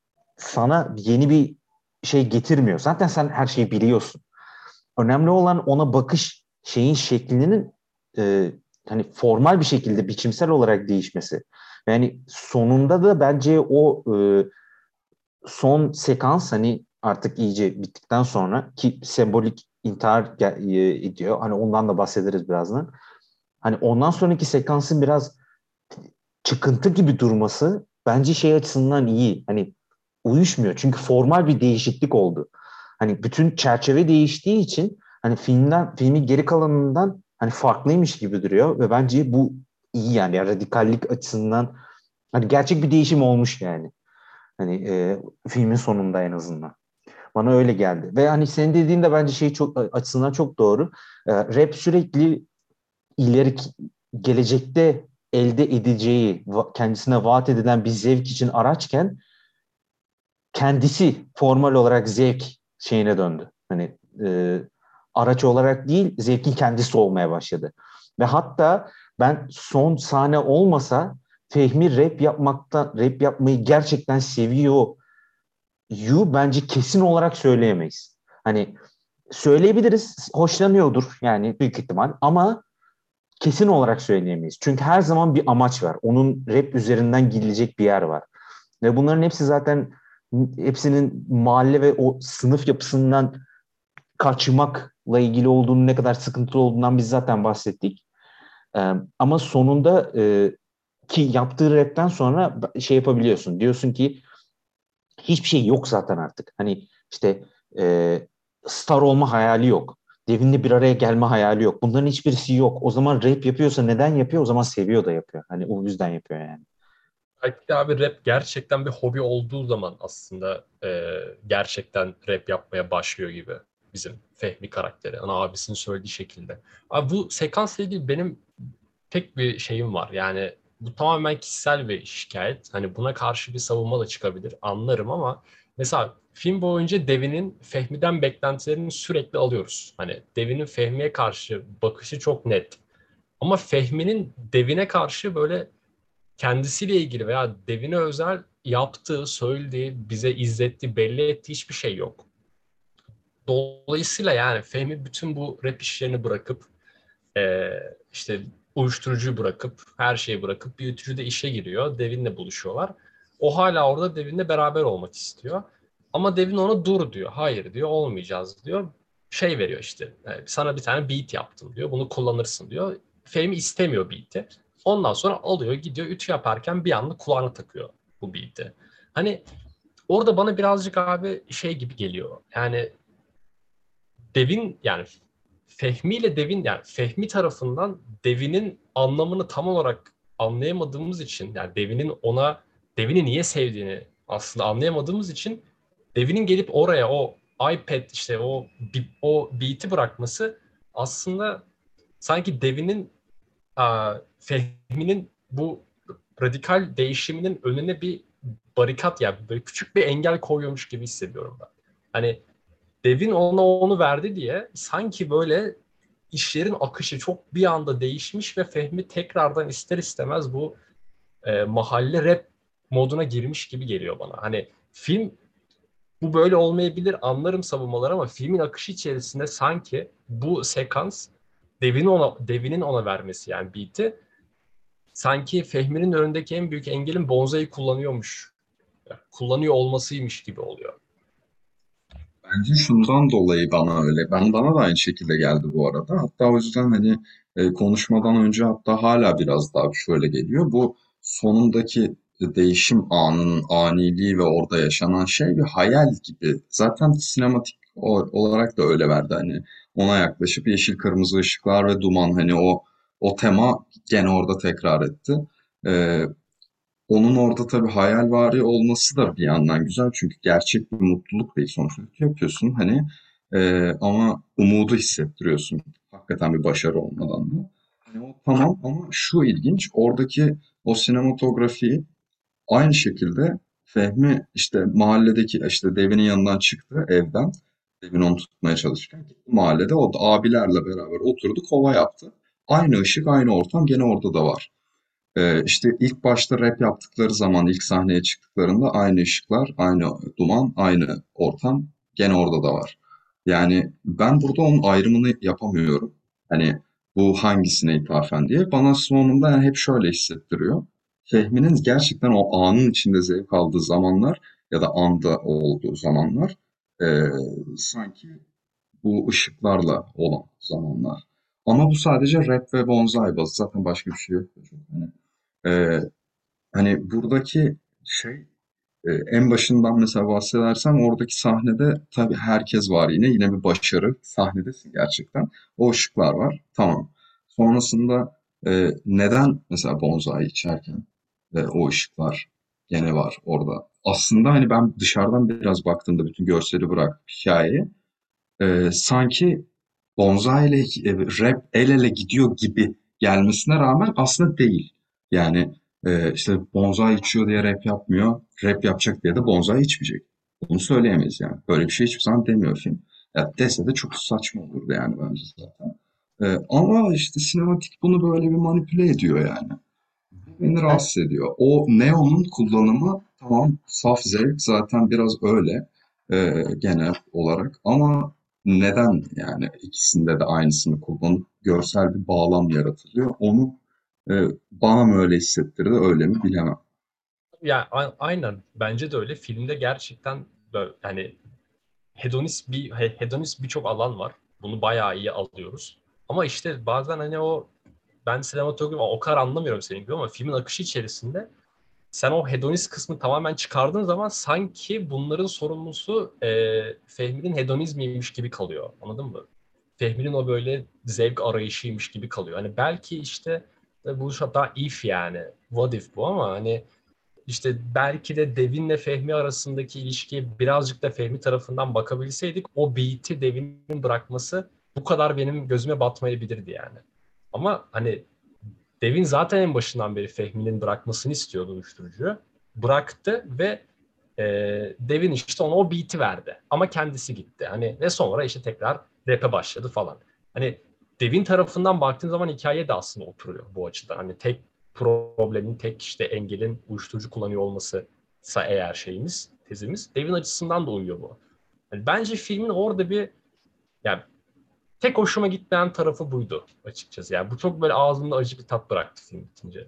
sana yeni bir şey getirmiyor. Zaten sen her şeyi biliyorsun. Önemli olan ona bakış şeyin şeklinin e, hani formal bir şekilde biçimsel olarak değişmesi. Yani sonunda da bence o e, son sekans hani artık iyice bittikten sonra ki sembolik intihar e, ediyor. Hani ondan da bahsederiz birazdan. Hani ondan sonraki sekansın biraz çıkıntı gibi durması bence şey açısından iyi. Hani uyuşmuyor. Çünkü formal bir değişiklik oldu. Hani bütün çerçeve değiştiği için hani filmden filmin geri kalanından hani farklıymış gibi duruyor ve bence bu iyi yani, yani radikallik açısından hani gerçek bir değişim olmuş yani. Hani e, filmin sonunda en azından. Bana öyle geldi. Ve hani senin dediğin de bence şey çok açısından çok doğru. E, rap sürekli ileri gelecekte elde edeceği, kendisine vaat edilen bir zevk için araçken kendisi formal olarak zevk şeyine döndü. Hani e, araç olarak değil, zevkin kendisi olmaya başladı. Ve hatta ben son sahne olmasa Fehmi rap yapmakta, rap yapmayı gerçekten seviyor yu bence kesin olarak söyleyemeyiz. Hani Söyleyebiliriz, hoşlanıyordur yani büyük ihtimal ama kesin olarak söyleyemeyiz. Çünkü her zaman bir amaç var. Onun rap üzerinden gidilecek bir yer var. Ve bunların hepsi zaten hepsinin mahalle ve o sınıf yapısından kaçmakla ilgili olduğunu, ne kadar sıkıntılı olduğundan biz zaten bahsettik. Ee, ama sonunda e, ki yaptığı rapten sonra şey yapabiliyorsun. Diyorsun ki hiçbir şey yok zaten artık. Hani işte e, star olma hayali yok. Devin'le bir araya gelme hayali yok. Bunların hiçbirisi yok. O zaman rap yapıyorsa neden yapıyor? O zaman seviyor da yapıyor. Hani o yüzden yapıyor yani. Belki de abi rap gerçekten bir hobi olduğu zaman aslında e, gerçekten rap yapmaya başlıyor gibi bizim Fehmi karakteri. Ana abisinin söylediği şekilde. Abi bu sekansla ilgili benim tek bir şeyim var. Yani bu tamamen kişisel bir şikayet. Hani buna karşı bir savunma da çıkabilir. Anlarım ama mesela film boyunca Devin'in Fehmi'den beklentilerini sürekli alıyoruz. Hani Devin'in Fehmi'ye karşı bakışı çok net. Ama Fehmi'nin Devin'e karşı böyle kendisiyle ilgili veya Devin'e özel yaptığı, söylediği, bize izlettiği, belli ettiği hiçbir şey yok. Dolayısıyla yani Fehmi bütün bu rap işlerini bırakıp e, işte uyuşturucuyu bırakıp her şeyi bırakıp büyütücüde işe giriyor. Devin'le buluşuyorlar. O hala orada Devin'le beraber olmak istiyor. Ama Devin ona dur diyor. Hayır diyor, olmayacağız diyor. Şey veriyor işte. e, Sana bir tane beat yaptım diyor. Bunu kullanırsın diyor. Fehmi istemiyor beat'i. Ondan sonra alıyor gidiyor ütü yaparken bir anda kulağına takıyor bu beat'i. Hani orada bana birazcık abi şey gibi geliyor. Yani Devin yani Fehmi ile Devin yani Fehmi tarafından Devin'in anlamını tam olarak anlayamadığımız için yani Devin'in ona Devin'i niye sevdiğini aslında anlayamadığımız için Devin'in gelip oraya o iPad işte o o beat'i bırakması aslında sanki Devin'in a, Fehmi'nin bu radikal değişiminin önüne bir barikat yani böyle küçük bir engel koyuyormuş gibi hissediyorum ben. Hani Devin ona onu verdi diye sanki böyle işlerin akışı çok bir anda değişmiş ve Fehmi tekrardan ister istemez bu e, mahalle rap moduna girmiş gibi geliyor bana. Hani film bu böyle olmayabilir anlarım savunmaları ama filmin akışı içerisinde sanki bu sekans Devin'in ona, Devin'in ona vermesi yani beat'i sanki Fehmi'nin önündeki en büyük engelin Bonzai'yi kullanıyormuş. Yani kullanıyor olmasıymış gibi oluyor. Bence şundan dolayı bana öyle. Ben bana da aynı şekilde geldi bu arada. Hatta o yüzden hani e, konuşmadan önce hatta hala biraz daha şöyle geliyor. Bu sonundaki değişim anının aniliği ve orada yaşanan şey bir hayal gibi. Zaten sinematik o- olarak da öyle verdi hani. Ona yaklaşıp yeşil kırmızı ışıklar ve duman hani o o tema gene orada tekrar etti. E, Onun orada tabii hayalvari olması da bir yandan güzel çünkü gerçek bir mutluluk değil sonuçta yapıyorsun hani e, ama umudu hissettiriyorsun hakikaten bir başarı olmadan da. Hani o tamam ama şu ilginç oradaki o sinematografiyi aynı şekilde Fehmi işte mahalledeki işte Devin'in yanından çıktı evden. Devin onu tutmaya çalışırken gitti mahallede o da abilerle beraber oturdu kova yaptı. Aynı ışık aynı ortam gene orada da var. Ee, işte ilk başta rap yaptıkları zaman ilk sahneye çıktıklarında aynı ışıklar, aynı duman, aynı ortam gene orada da var. Yani ben burada onun ayrımını yapamıyorum. Hani bu hangisine ithafen diye. Bana sonunda yani hep şöyle hissettiriyor. Fehmi'nin gerçekten o anın içinde zevk aldığı zamanlar ya da anda olduğu zamanlar eee, sanki bu ışıklarla olan zamanlar. Ama bu sadece rap ve bonsai bazı. Zaten başka bir şey yok. Hani ee, hani buradaki şey e, en başından mesela bahsedersem oradaki sahnede tabii herkes var yine yine bir başarı sahnedesin gerçekten o ışıklar var tamam sonrasında e, neden mesela bonsai içerken e, o ışıklar gene var orada aslında hani ben dışarıdan biraz baktığımda bütün görseli bırak hikayeyi e, sanki Bonzai ile e, rap el ele gidiyor gibi gelmesine rağmen aslında değil. Yani e, işte Bonzai içiyor diye rap yapmıyor, rap yapacak diye de Bonzai içmeyecek. Bunu söyleyemeyiz yani. Böyle bir şey hiçbir zaman demiyor film. Ya dese de çok saçma olurdu yani bence zaten. E, ama işte sinematik bunu böyle bir manipüle ediyor yani. Beni Ben, rahatsız ediyor. O neonun kullanımı tamam saf zevk zaten biraz öyle e, genel olarak ama neden yani ikisinde de aynısını kullanıp görsel bir bağlam yaratılıyor? Onu e, bana mı öyle hissettirdi, öyle mi bilemem. Ya a- aynen bence de öyle. Filmde gerçekten böyle, yani hedonist bir he- hedonist birçok alan var. Bunu bayağı iyi alıyoruz. Ama işte bazen hani o ben sinematografi o kadar anlamıyorum senin gibi ama filmin akışı içerisinde sen o hedonist kısmı tamamen çıkardığın zaman sanki bunların sorumlusu e, Fehmi'nin hedonizmiymiş gibi kalıyor. Anladın mı? Fehmi'nin o böyle zevk arayışıymış gibi kalıyor. Hani belki işte e, bu hatta if yani what if bu ama hani işte belki de Devin'le Fehmi arasındaki ilişkiye birazcık da Fehmi tarafından bakabilseydik o beat'i Devin'in bırakması bu kadar benim gözüme batmayabilirdi yani. Ama hani Devin zaten en başından beri Fehmi'nin bırakmasını istiyordu uyuşturucuyu. Bıraktı ve e, Devin işte ona o beat'i verdi. Ama kendisi gitti. Hani ve sonra işte tekrar rap'e başladı falan. Hani Devin tarafından baktığın zaman hikaye de aslında oturuyor bu açıdan. Hani tek problemin, tek işte engelin uyuşturucu kullanıyor olmasıysa eğer şeyimiz, tezimiz. Devin açısından da uyuyor bu. Yani bence filmin orada bir yani tek hoşuma gitmeyen tarafı buydu açıkçası. Yani bu çok böyle ağzımda acı bir tat bıraktı film bitince.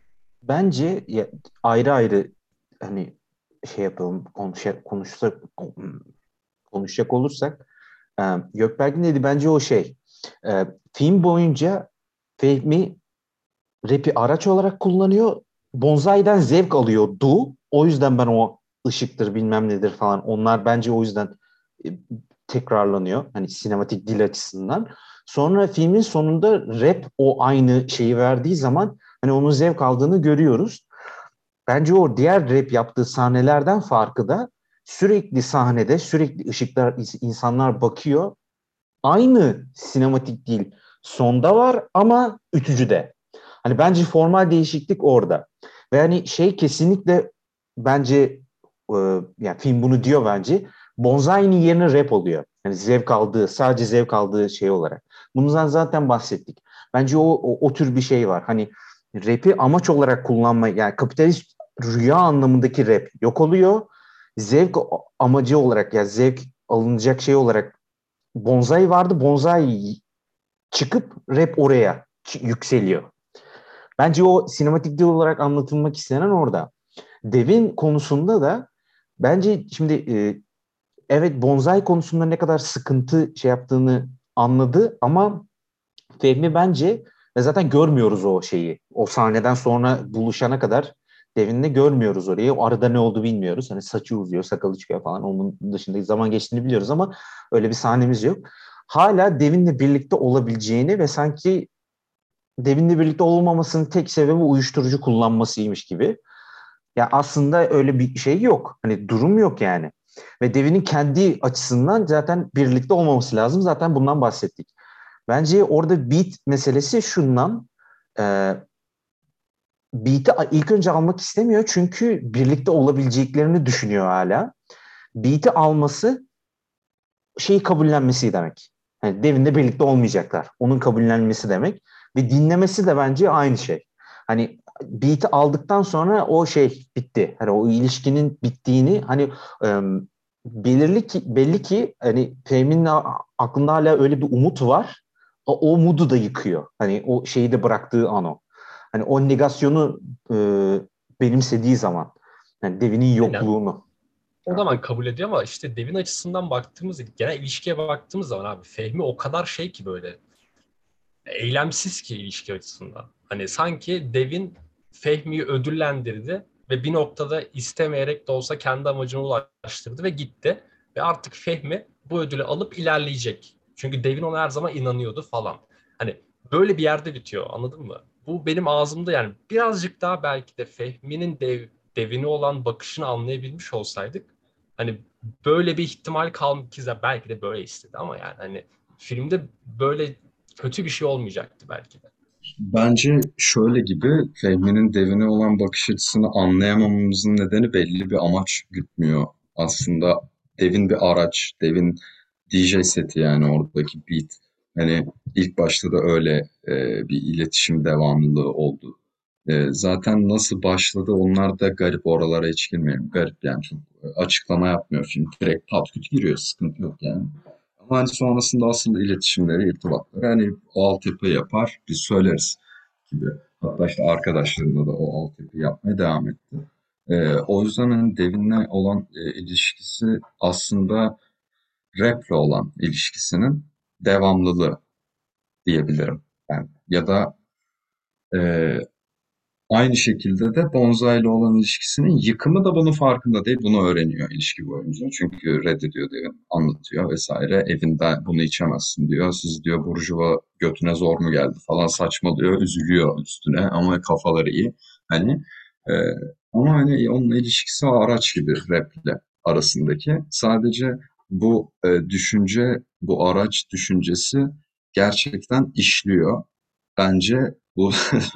Bence ya, ayrı ayrı hani şey yapalım konuşa, konuşsak konuşacak olursak e, Gökberk'in dedi bence o şey e, film boyunca Fehmi rap'i araç olarak kullanıyor. Bonzai'den zevk alıyordu. O yüzden ben o ışıktır bilmem nedir falan onlar bence o yüzden e, tekrarlanıyor. Hani sinematik dil açısından. Sonra filmin sonunda rap o aynı şeyi verdiği zaman hani onun zevk aldığını görüyoruz. Bence o diğer rap yaptığı sahnelerden farkı da sürekli sahnede sürekli ışıklar insanlar bakıyor. Aynı sinematik dil sonda var ama ütücüde. Hani bence formal değişiklik orada. Ve hani şey kesinlikle bence e, yani film bunu diyor bence. Bonzai'nin yerine rap oluyor. Yani zevk aldığı, sadece zevk aldığı şey olarak. Bundan zaten bahsettik. Bence o, o, o tür bir şey var. Hani rap'i amaç olarak kullanma, yani kapitalist rüya anlamındaki rap yok oluyor. Zevk amacı olarak, yani zevk alınacak şey olarak Bonzai vardı. Bonzai çıkıp rap oraya yükseliyor. Bence o sinematik dil olarak anlatılmak istenen orada. Devin konusunda da bence şimdi e, evet bonsai konusunda ne kadar sıkıntı şey yaptığını anladı ama Fehmi bence ve zaten görmüyoruz o şeyi. O sahneden sonra buluşana kadar Devin'le görmüyoruz orayı. O arada ne oldu bilmiyoruz. Hani saçı uzuyor, sakalı çıkıyor falan. Onun dışında zaman geçtiğini biliyoruz ama öyle bir sahnemiz yok. Hala Devin'le birlikte olabileceğini ve sanki Devin'le birlikte olmamasının tek sebebi uyuşturucu kullanmasıymış gibi. Ya aslında öyle bir şey yok. Hani durum yok yani. Ve Devin'in kendi açısından zaten birlikte olmaması lazım. Zaten bundan bahsettik. Bence orada beat meselesi şundan. E, Beat'i ilk önce almak istemiyor çünkü birlikte olabileceklerini düşünüyor hala. Beat'i alması şeyi kabullenmesi demek. Yani Devin'le birlikte olmayacaklar. Onun kabullenmesi demek. Ve dinlemesi de bence aynı şey. Hani beat'i aldıktan sonra o şey bitti. Hani o ilişkinin bittiğini hani e, belirli ki, belli ki hani Fehmi'nin aklında hala öyle bir umut var. O, o umudu da yıkıyor. Hani o şeyi de bıraktığı an o. Hani o negasyonu e, benimsediği zaman. Yani Devin'in Aynen. yokluğunu. O zaman kabul ediyor ama işte Devin açısından baktığımız, genel ilişkiye baktığımız zaman abi Fehmi o kadar şey ki böyle eylemsiz ki ilişki açısından. Hani sanki Devin Fehmi'yi ödüllendirdi ve bir noktada istemeyerek de olsa kendi amacına ulaştırdı ve gitti. Ve artık Fehmi bu ödülü alıp ilerleyecek. Çünkü Devin ona her zaman inanıyordu falan. Hani böyle bir yerde bitiyor anladın mı? Bu benim ağzımda yani birazcık daha belki de Fehmi'nin dev, Devin'e olan bakışını anlayabilmiş olsaydık hani böyle bir ihtimal kalmış ki belki de böyle istedi ama yani hani filmde böyle kötü bir şey olmayacaktı belki de. Bence şöyle gibi, Fehmi'nin Devin'e olan bakış açısını anlayamamamızın nedeni belli bir amaç gütmüyor. Aslında Devin bir araç, Devin D J seti yani oradaki beat. Hani ilk başta da öyle e, bir iletişim devamlılığı oldu. E, zaten nasıl başladı onlar da garip, oralara hiç girmeyelim. Garip yani, çok açıklama yapmıyor film. Direkt pat küt giriyor, sıkıntı yok yani. Ama hani sonrasında aslında iletişimleri, irtibatları hani o altyapıyı yapar, biz söyleriz gibi. Hatta işte arkadaşlarımla da o altyapıyı yapmaya devam etti. Ee, o yüzden hani Devin'le olan e, ilişkisi aslında rap'le olan ilişkisinin devamlılığı diyebilirim ben. Ya da e, aynı şekilde de Bonza ile olan ilişkisinin yıkımı da bunun farkında değil. Bunu öğreniyor ilişki boyunca. Çünkü reddediyor diyor, anlatıyor vesaire. Evinde bunu içemezsin diyor. Siz diyor burjuva götüne zor mu geldi falan saçmalıyor. Üzülüyor üstüne ama kafaları iyi. Hani e, ama hani onunla ilişkisi o araç gibi raple arasındaki. Sadece bu e, düşünce, bu araç düşüncesi gerçekten işliyor. Bence bu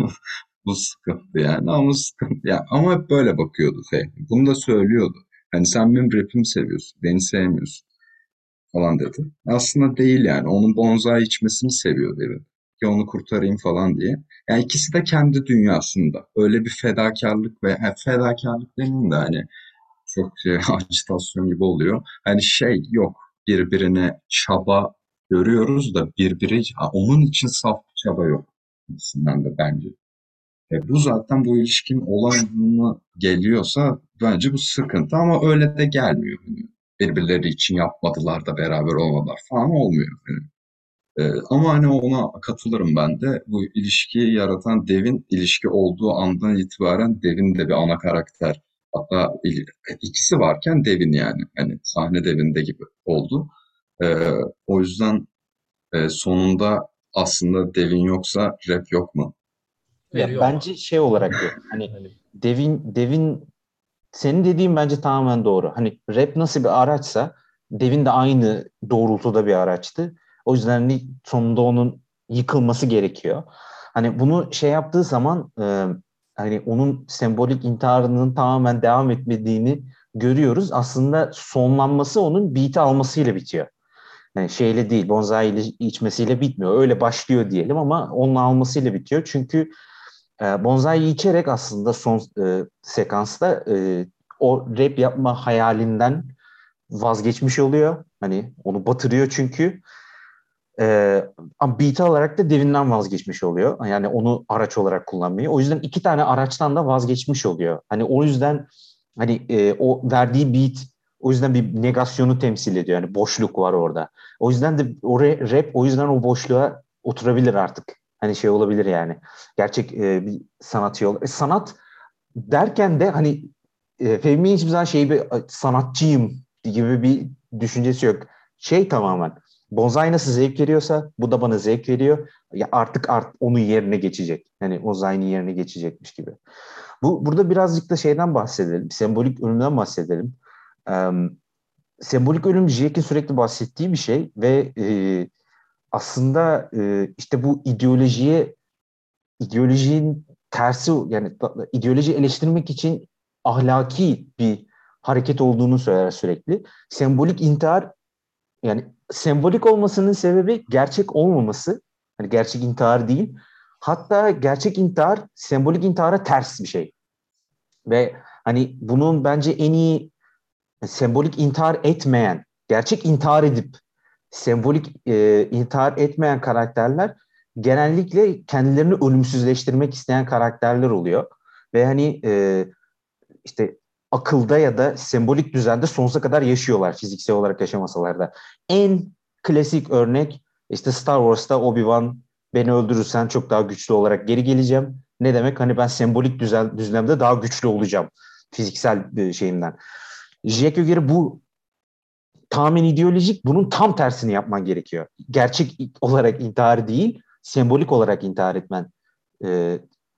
bu sıkıntı yani ama sıkıntı ya ama hep böyle bakıyordu Fehmi. Bunu da söylüyordu. Hani sen benim rapimi seviyorsun, beni sevmiyorsun falan dedi. Aslında değil yani. Onun bonsai içmesini seviyor dedi. Ki onu kurtarayım falan diye. Yani ikisi de kendi dünyasında. Öyle bir fedakarlık ve ha, fedakarlık demeyeyim de hani çok şey, ajitasyon gibi oluyor. Hani şey yok. Birbirine çaba görüyoruz da birbiri ha, onun için saf bir çaba yok. İkisinden de bence. E, bu zaten bu ilişkin olan geliyorsa bence bu sıkıntı ama öyle de gelmiyor. Hani birbirleri için yapmadılar da beraber olmadılar falan olmuyor. Yani. E, ama hani ona katılırım ben de. Bu ilişkiyi yaratan Devin ilişki olduğu andan itibaren Devin de bir ana karakter. Hatta il- ikisi varken Devin yani. Hani sahne Devin'de gibi oldu. E, o yüzden e, sonunda aslında Devin yoksa rap yok mu? Ya Veriyor ama. bence şey olarak yok. Hani Hani Devin Devin senin dediğin bence tamamen doğru. Hani rap nasıl bir araçsa Devin de aynı doğrultuda bir araçtı. O yüzden hani sonunda onun yıkılması gerekiyor. Hani bunu şey yaptığı zaman e, hani onun sembolik intiharının tamamen devam etmediğini görüyoruz. Aslında sonlanması onun beat'i almasıyla bitiyor. Yani şeyle değil, bonsai ile içmesiyle bitmiyor. Öyle başlıyor diyelim ama onun almasıyla bitiyor. Çünkü e, bonsai'yi içerek aslında son e, sekansta e, o rap yapma hayalinden vazgeçmiş oluyor. Hani onu batırıyor çünkü. E, ama beat olarak da devinden vazgeçmiş oluyor. Yani onu araç olarak kullanmayı. O yüzden iki tane araçtan da vazgeçmiş oluyor. Hani o yüzden hani e, o verdiği beat o yüzden bir negasyonu temsil ediyor. Yani boşluk var orada. O yüzden de o rap o yüzden o boşluğa oturabilir artık. Hani şey olabilir yani. Gerçek e, bir sanat yolu. E, sanat derken de hani e, Fehmi'nin hiçbir zaman şey bir sanatçıyım gibi bir düşüncesi yok. Şey tamamen bonsai nasıl zevk veriyorsa bu da bana zevk veriyor. Ya artık art onun yerine geçecek. Yani bonsai'nin yerine geçecekmiş gibi. Bu burada birazcık da şeyden bahsedelim. Sembolik ölümden bahsedelim. Ee, sembolik ölüm Jack'in sürekli bahsettiği bir şey ve e, aslında e, işte bu ideolojiye ideolojinin tersi yani ideoloji eleştirmek için ahlaki bir hareket olduğunu söyler sürekli. Sembolik intihar yani sembolik olmasının sebebi gerçek olmaması. Hani gerçek intihar değil. Hatta gerçek intihar sembolik intihara ters bir şey. Ve hani bunun bence en iyi sembolik intihar etmeyen, gerçek intihar edip sembolik e, intihar etmeyen karakterler genellikle kendilerini ölümsüzleştirmek isteyen karakterler oluyor. Ve hani e, işte akılda ya da sembolik düzende sonsuza kadar yaşıyorlar fiziksel olarak yaşamasalar da. En klasik örnek işte Star Wars'ta Obi-Wan beni öldürürsen çok daha güçlü olarak geri geleceğim. Ne demek? Hani ben sembolik düzen, düzlemde daha güçlü olacağım fiziksel bir şeyimden. Jack Öger'i bu tamamen ideolojik. Bunun tam tersini yapman gerekiyor. Gerçek olarak intihar değil, sembolik olarak intihar etmen e,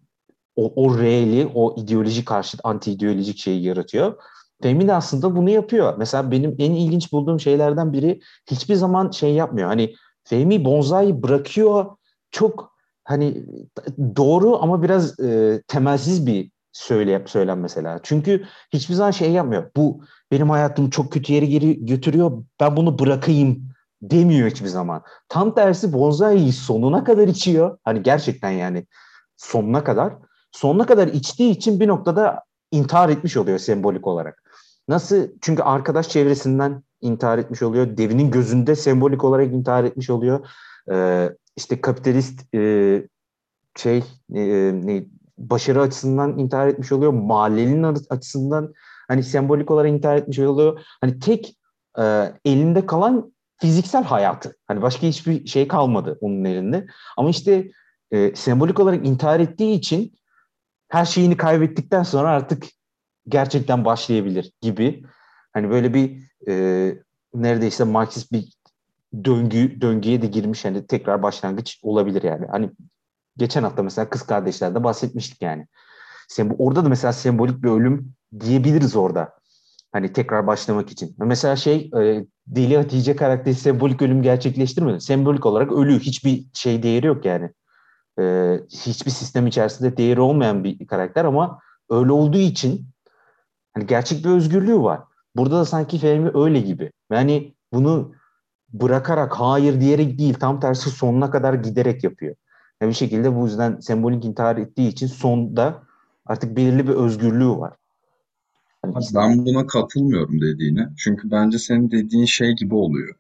o, o reali, o ideoloji karşıt, anti ideolojik şeyi yaratıyor. Fehmi de aslında bunu yapıyor. Mesela benim en ilginç bulduğum şeylerden biri hiçbir zaman şey yapmıyor. Hani Fehmi bonsai bırakıyor. Çok hani doğru ama biraz e, temelsiz bir söyle, söylem mesela. Çünkü hiçbir zaman şey yapmıyor. Bu benim hayatımı çok kötü yere geri götürüyor. Ben bunu bırakayım demiyor hiçbir zaman. Tam tersi bonsai'yi sonuna kadar içiyor. Hani gerçekten yani sonuna kadar sonuna kadar içtiği için bir noktada intihar etmiş oluyor sembolik olarak. Nasıl? Çünkü arkadaş çevresinden intihar etmiş oluyor. Devinin gözünde sembolik olarak intihar etmiş oluyor. Ee, işte kapitalist e, şey e, ne başarı açısından intihar etmiş oluyor. Mahallenin açısından hani sembolik olarak intihar etmiş oluyor. Hani tek e, elinde kalan fiziksel hayatı. Hani başka hiçbir şey kalmadı onun elinde. Ama işte e, sembolik olarak intihar ettiği için her şeyini kaybettikten sonra artık gerçekten başlayabilir gibi. Hani böyle bir e, neredeyse Marksist bir döngü döngüye de girmiş, hani tekrar başlangıç olabilir yani. Hani geçen hafta mesela Kız Kardeşler'de bahsetmiştik yani. Sem- orada da mesela sembolik bir ölüm diyebiliriz orada. Hani tekrar başlamak için. Mesela şey e, Deli Hatice karakteri sembolik ölüm gerçekleştirmedi. Sembolik olarak ölü. Hiçbir şey değeri yok yani. E, hiçbir sistem içerisinde değeri olmayan bir karakter ama öyle olduğu için hani gerçek bir özgürlüğü var. Burada da sanki Fehmi öyle gibi. Yani bunu bırakarak, hayır diyerek değil, tam tersi sonuna kadar giderek yapıyor. Yani bir şekilde bu yüzden sembolik intihar ettiği için sonda artık belirli bir özgürlüğü var. Hani Abi ist- ben buna katılmıyorum dediğine. Çünkü bence senin dediğin şey gibi oluyor.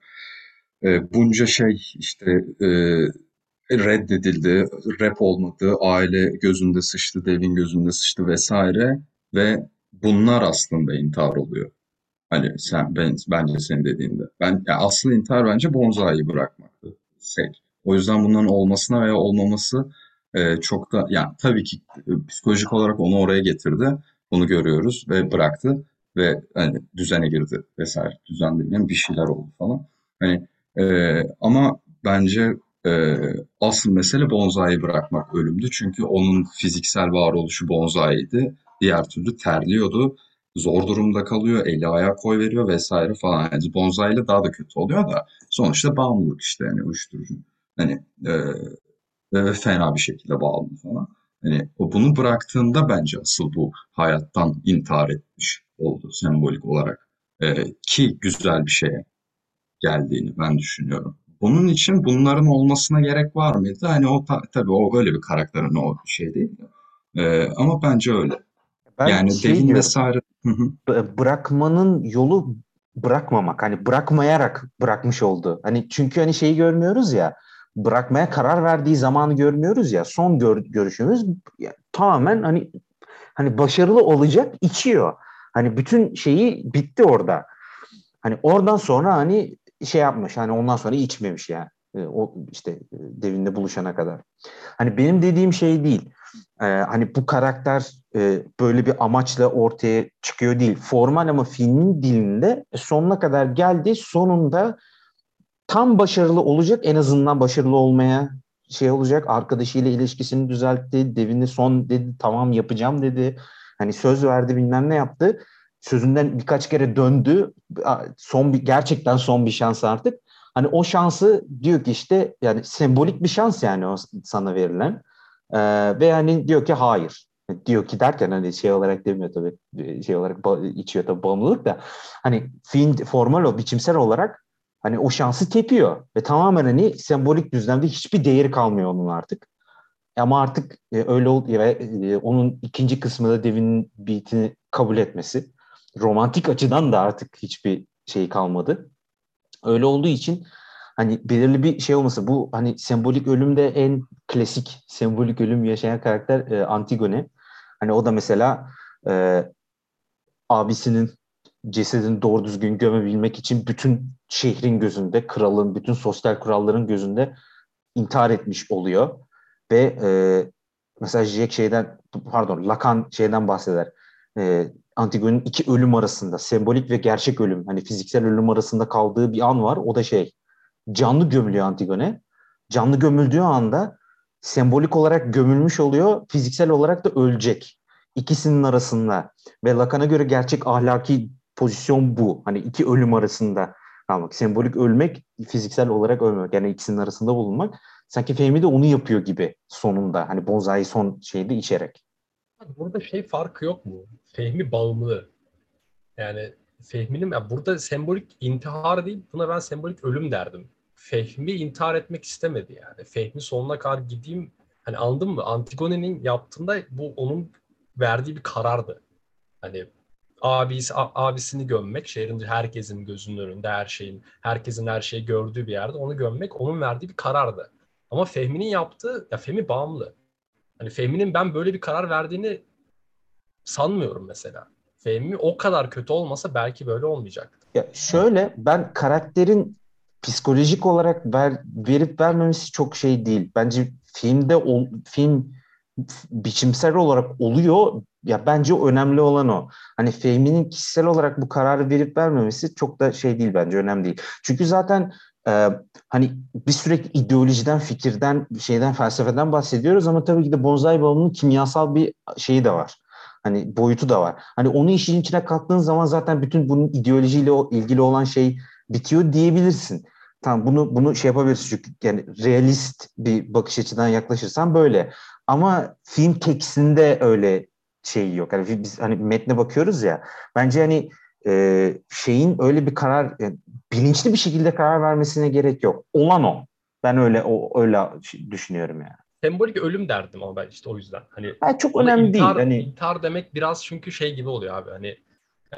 E, bunca şey işte e, reddedildi, rap olmadı, aile gözünde sıçtı, devin gözünde sıçtı vesaire ve bunlar aslında intihar oluyor. Hani sen ben bence senin dediğinde. Ben ya asıl intihar bence bonzai bırakmaktı. Şey. O yüzden bunların olmasına veya olmaması e, çok da yani tabii ki e, psikolojik olarak onu oraya getirdi. Bunu görüyoruz ve bıraktı ve hani düzene girdi vesaire. Düzen demeyeyim bir şeyler oldu falan. Hani e, ama bence e, asıl mesele bonzai bırakmak ölümdü. Çünkü onun fiziksel varoluşu bonzaiydi. Diğer türlü terliyordu, zor durumda kalıyor, eli ayağı koyveriyor vesaire falan. Yani bonzaiyle daha da kötü oluyor da sonuçta bağımlılık işte yani uyuşturucu. Hani e, ve fena bir şekilde bağımlı falan. Hani o bunu bıraktığında bence asıl bu hayattan intihar etmiş oldu sembolik olarak. E, ki güzel bir şeye geldiğini ben düşünüyorum. Bunun için bunların olmasına gerek var mıydı? Hani o ta- tabii o öyle bir karakterin o şey değil de. E, ama bence öyle. Ben Yani şey devin diyorum, vesaire. Hı hı. b- bırakmanın yolu bırakmamak. Hani bırakmayarak bırakmış oldu. Hani çünkü hani şeyi görmüyoruz ya, bırakmaya karar verdiği zamanı görmüyoruz ya. Son gör, görüşümüz ya, tamamen hani hani başarılı olacak, içiyor. Hani bütün şeyi bitti orada. Hani oradan sonra hani şey yapmış. Hani ondan sonra içmemiş yani. E, o işte e, Devin'le buluşana kadar. Hani benim dediğim şey değil. E, hani bu karakter e, böyle bir amaçla ortaya çıkıyor değil. Formal ama filmin dilinde e, sonuna kadar geldi. Sonunda tam başarılı olacak, en azından başarılı olmaya şey olacak. Arkadaşıyla ilişkisini düzeltti. Devini son dedi, tamam yapacağım dedi. Hani söz verdi, bilmem ne yaptı. Sözünden birkaç kere döndü. Son bir, gerçekten son bir şans artık. Hani o şansı diyor ki işte yani sembolik bir şans yani o sana verilen. Ee, ve yani diyor ki hayır. Diyor ki derken hani şey olarak demiyor tabii, şey olarak içiyor tabii bağımlılık da, hani film formal o biçimsel olarak hani o şansı tepiyor ve tamamen hani sembolik düzlemde hiçbir değeri kalmıyor onun artık. Ama artık e, öyle oldu ve e, onun ikinci kısmı da Devin'in beatini kabul etmesi. Romantik açıdan da artık hiçbir şey kalmadı. Öyle olduğu için hani belirli bir şey olması, bu hani sembolik ölümde en klasik sembolik ölüm yaşayan karakter e, Antigone. Hani o da mesela e, abisinin cesedini doğru düzgün gömebilmek için bütün şehrin gözünde, kralın, bütün sosyal kuralların gözünde intihar etmiş oluyor. Ve e, mesela Jack şeyden, pardon, Lacan şeyden bahseder. E, Antigone'nin iki ölüm arasında, sembolik ve gerçek ölüm, hani fiziksel ölüm arasında kaldığı bir an var. O da şey, canlı gömülüyor Antigone. Canlı gömüldüğü anda sembolik olarak gömülmüş oluyor, fiziksel olarak da ölecek. İkisinin arasında ve Lacan'a göre gerçek ahlaki pozisyon bu. Hani iki ölüm arasında kalmak. Sembolik ölmek, fiziksel olarak ölmemek. Yani ikisinin arasında bulunmak. Sanki Fehmi de onu yapıyor gibi sonunda. Hani Bonzai son şeyde içerek. Burada şey farkı yok mu? Fehmi bağımlı. Yani Fehmi'nin ya burada sembolik intihar değil, buna ben sembolik ölüm derdim. Fehmi intihar etmek istemedi yani. Fehmi sonuna kadar gideyim. Hani anladın mı? Antigone'nin yaptığında bu onun verdiği bir karardı. Hani abisi, a- abisini gömmek, şehrin herkesin gözünün önünde, her şeyin, herkesin her şeyi gördüğü bir yerde onu gömmek onun verdiği bir karardı. Ama Fehmi'nin yaptığı, ya Fehmi bağımlı. Hani Fehmi'nin ben böyle bir karar verdiğini sanmıyorum mesela. Fehmi o kadar kötü olmasa belki böyle olmayacaktı. Ya şöyle, ben karakterin psikolojik olarak ver, verip vermemesi çok şey değil. Bence filmde ol, film biçimsel olarak oluyor. Ya bence önemli olan o. Hani Fehmi'nin kişisel olarak bu kararı verip vermemesi çok da şey değil, bence önemli değil. Çünkü zaten e, hani bir sürekli ideolojiden, fikirden, şeyden, felsefeden bahsediyoruz ama tabii ki de bonsai balonunun kimyasal bir şeyi de var. Hani boyutu da var. Hani onu işin içine kattığın zaman zaten bütün bunun ideolojiyle o ilgili olan şey bitiyor diyebilirsin. Tamam, bunu bunu şey yapabiliriz çünkü yani realist bir bakış açıdan yaklaşırsan böyle. Ama film tekstinde öyle şey yok. Yani biz hani metne bakıyoruz ya. Bence hani e, şeyin öyle bir karar, yani bilinçli bir şekilde karar vermesine gerek yok. Olan o. Ben öyle o öyle düşünüyorum yani. Sembolik ölüm derdim ama ben işte o yüzden. Hani Ha, çok ona önemli değil. intihar Hani intihar demek biraz çünkü şey gibi oluyor abi. Hani e,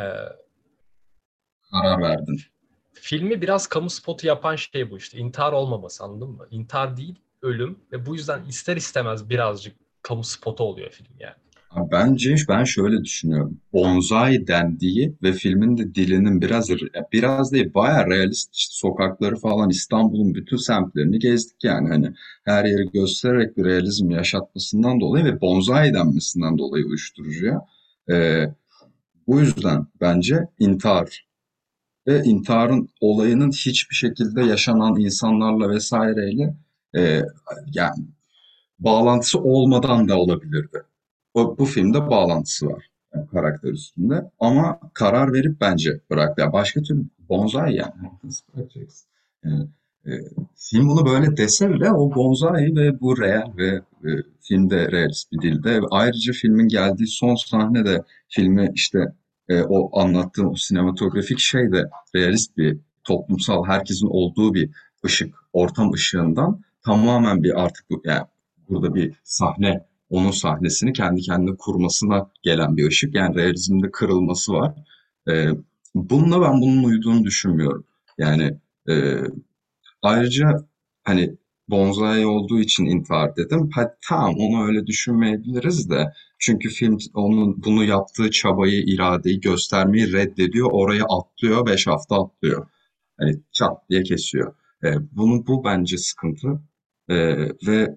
Karar verdin. filmi biraz kamu spotu yapan şey bu işte. İntihar olmaması, anladın mı? İntihar değil, ölüm ve bu yüzden ister istemez birazcık kamu spotu oluyor film yani. Abi bence ben şöyle düşünüyorum. Bonsai dendiği ve filmin de dilinin biraz biraz değil bayağı realist, işte sokakları falan İstanbul'un bütün semtlerini gezdik yani hani her yeri göstererek bir realizm yaşatmasından dolayı ve bonsai denmesinden dolayı uyuşturucuya. Ee, Bu yüzden bence intihar ve intiharın olayının hiçbir şekilde yaşanan insanlarla vesaireyle e, yani bağlantısı olmadan da olabilirdi. O, bu filmde bağlantısı var yani karakter üstünde ama karar verip bence bıraktı. Yani başka türlü bonsai yani nasıl bırakacaksın? Yani, e, film bunu böyle dese bile o bonsai ve bu real ve e, filmde realist bir dilde. Ayrıca filmin geldiği son sahne de filmi işte e, o anlattığım o sinematografik şey de realist bir toplumsal herkesin olduğu bir ışık, ortam ışığından tamamen bir artık bu yani burada bir sahne, onun sahnesini kendi kendine kurmasına gelen bir ışık. Yani realizmde kırılması var. Ee, Bununla ben bunun uyduğunu düşünmüyorum. Yani e, ayrıca hani bonsai olduğu için intihar dedim. Ha, tamam onu öyle düşünmeyebiliriz de. Çünkü film onun bunu yaptığı çabayı, iradeyi göstermeyi reddediyor. Oraya atlıyor, beş hafta atlıyor. Hani çat diye kesiyor. Ee, bunu bu bence sıkıntı. Ee, ve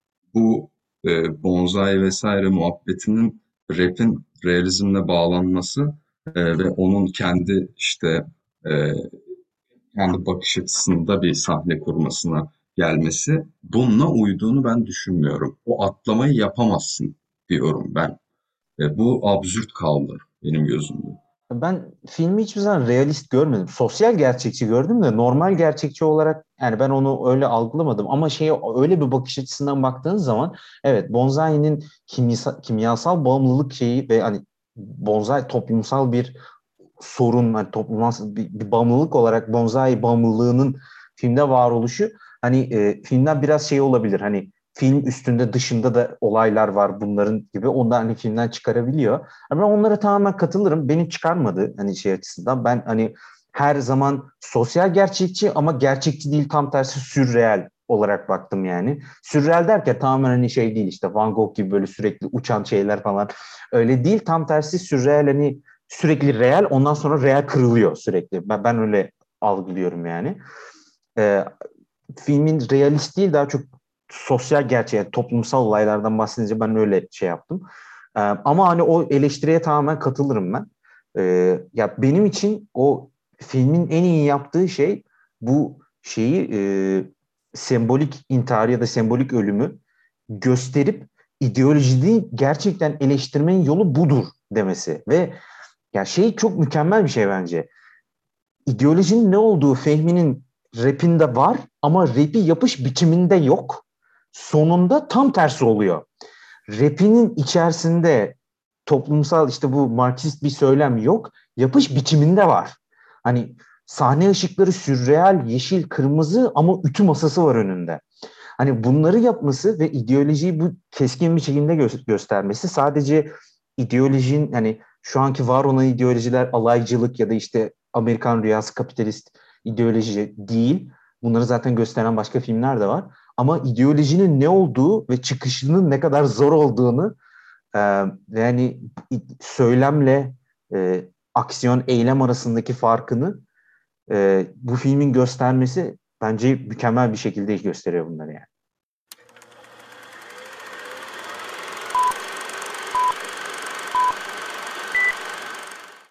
bu e, bonsai vesaire muhabbetinin rap'in realizmle bağlanması e, ve onun kendi işte e, kendi bakış açısında bir sahne kurmasına gelmesi bununla uyduğunu ben düşünmüyorum. O atlamayı yapamazsın diyorum ben. E, bu absürt kaldı benim gözümde. ben filmi hiçbir zaman realist görmedim. Sosyal gerçekçi gördüm de normal gerçekçi olarak yani ben onu öyle algılamadım. Ama şeye öyle bir bakış açısından baktığın zaman evet, bonsai'nin kimyasal, kimyasal bağımlılık şeyi ve hani bonsai toplumsal bir sorun, hani toplumsal bir, bir bağımlılık olarak bonsai bağımlılığının filmde varoluşu hani e, filmden biraz şey olabilir. Hani film üstünde dışında da olaylar var bunların gibi. Ondan hani filmden çıkarabiliyor. Ama ben onlara tamamen katılırım. Beni çıkarmadı hani şey açısından. Ben hani her zaman sosyal gerçekçi ama gerçekçi değil, tam tersi sürreal olarak baktım yani. Sürreal derken tamamen hani şey değil, işte Van Gogh gibi böyle sürekli uçan şeyler falan öyle değil. Tam tersi sürreal, hani sürekli real, ondan sonra real kırılıyor sürekli. Ben, ben öyle algılıyorum yani. Ee, Filmin realist değil, daha çok sosyal gerçeği, yani toplumsal olaylardan bahsedince ben öyle şey yaptım. Ee, ama hani o eleştiriye tamamen katılırım ben. Ee, ya benim için o filmin en iyi yaptığı şey bu şeyi, e, sembolik intihar ya da sembolik ölümü gösterip ideolojide gerçekten eleştirmenin yolu budur demesi ve ya şey çok mükemmel bir şey bence. İdeolojinin ne olduğu Fehmi'nin rapinde var ama rapi yapış biçiminde yok. Sonunda tam tersi oluyor. Rapinin içerisinde toplumsal işte bu Marksist bir söylem yok. Yapış biçiminde var. Hani sahne ışıkları sürreal, yeşil, kırmızı ama ütü masası var önünde. Hani bunları yapması ve ideolojiyi bu keskin bir şekilde gö- göstermesi sadece ideolojinin hani şu anki var olan ideolojiler alaycılık ya da işte Amerikan rüyası kapitalist ideoloji değil. Bunları zaten gösteren başka filmler de var. Ama ideolojinin ne olduğu ve çıkışının ne kadar zor olduğunu e, yani söylemle e, aksiyon, eylem arasındaki farkını e, bu filmin göstermesi bence mükemmel bir şekilde gösteriyor bunları yani.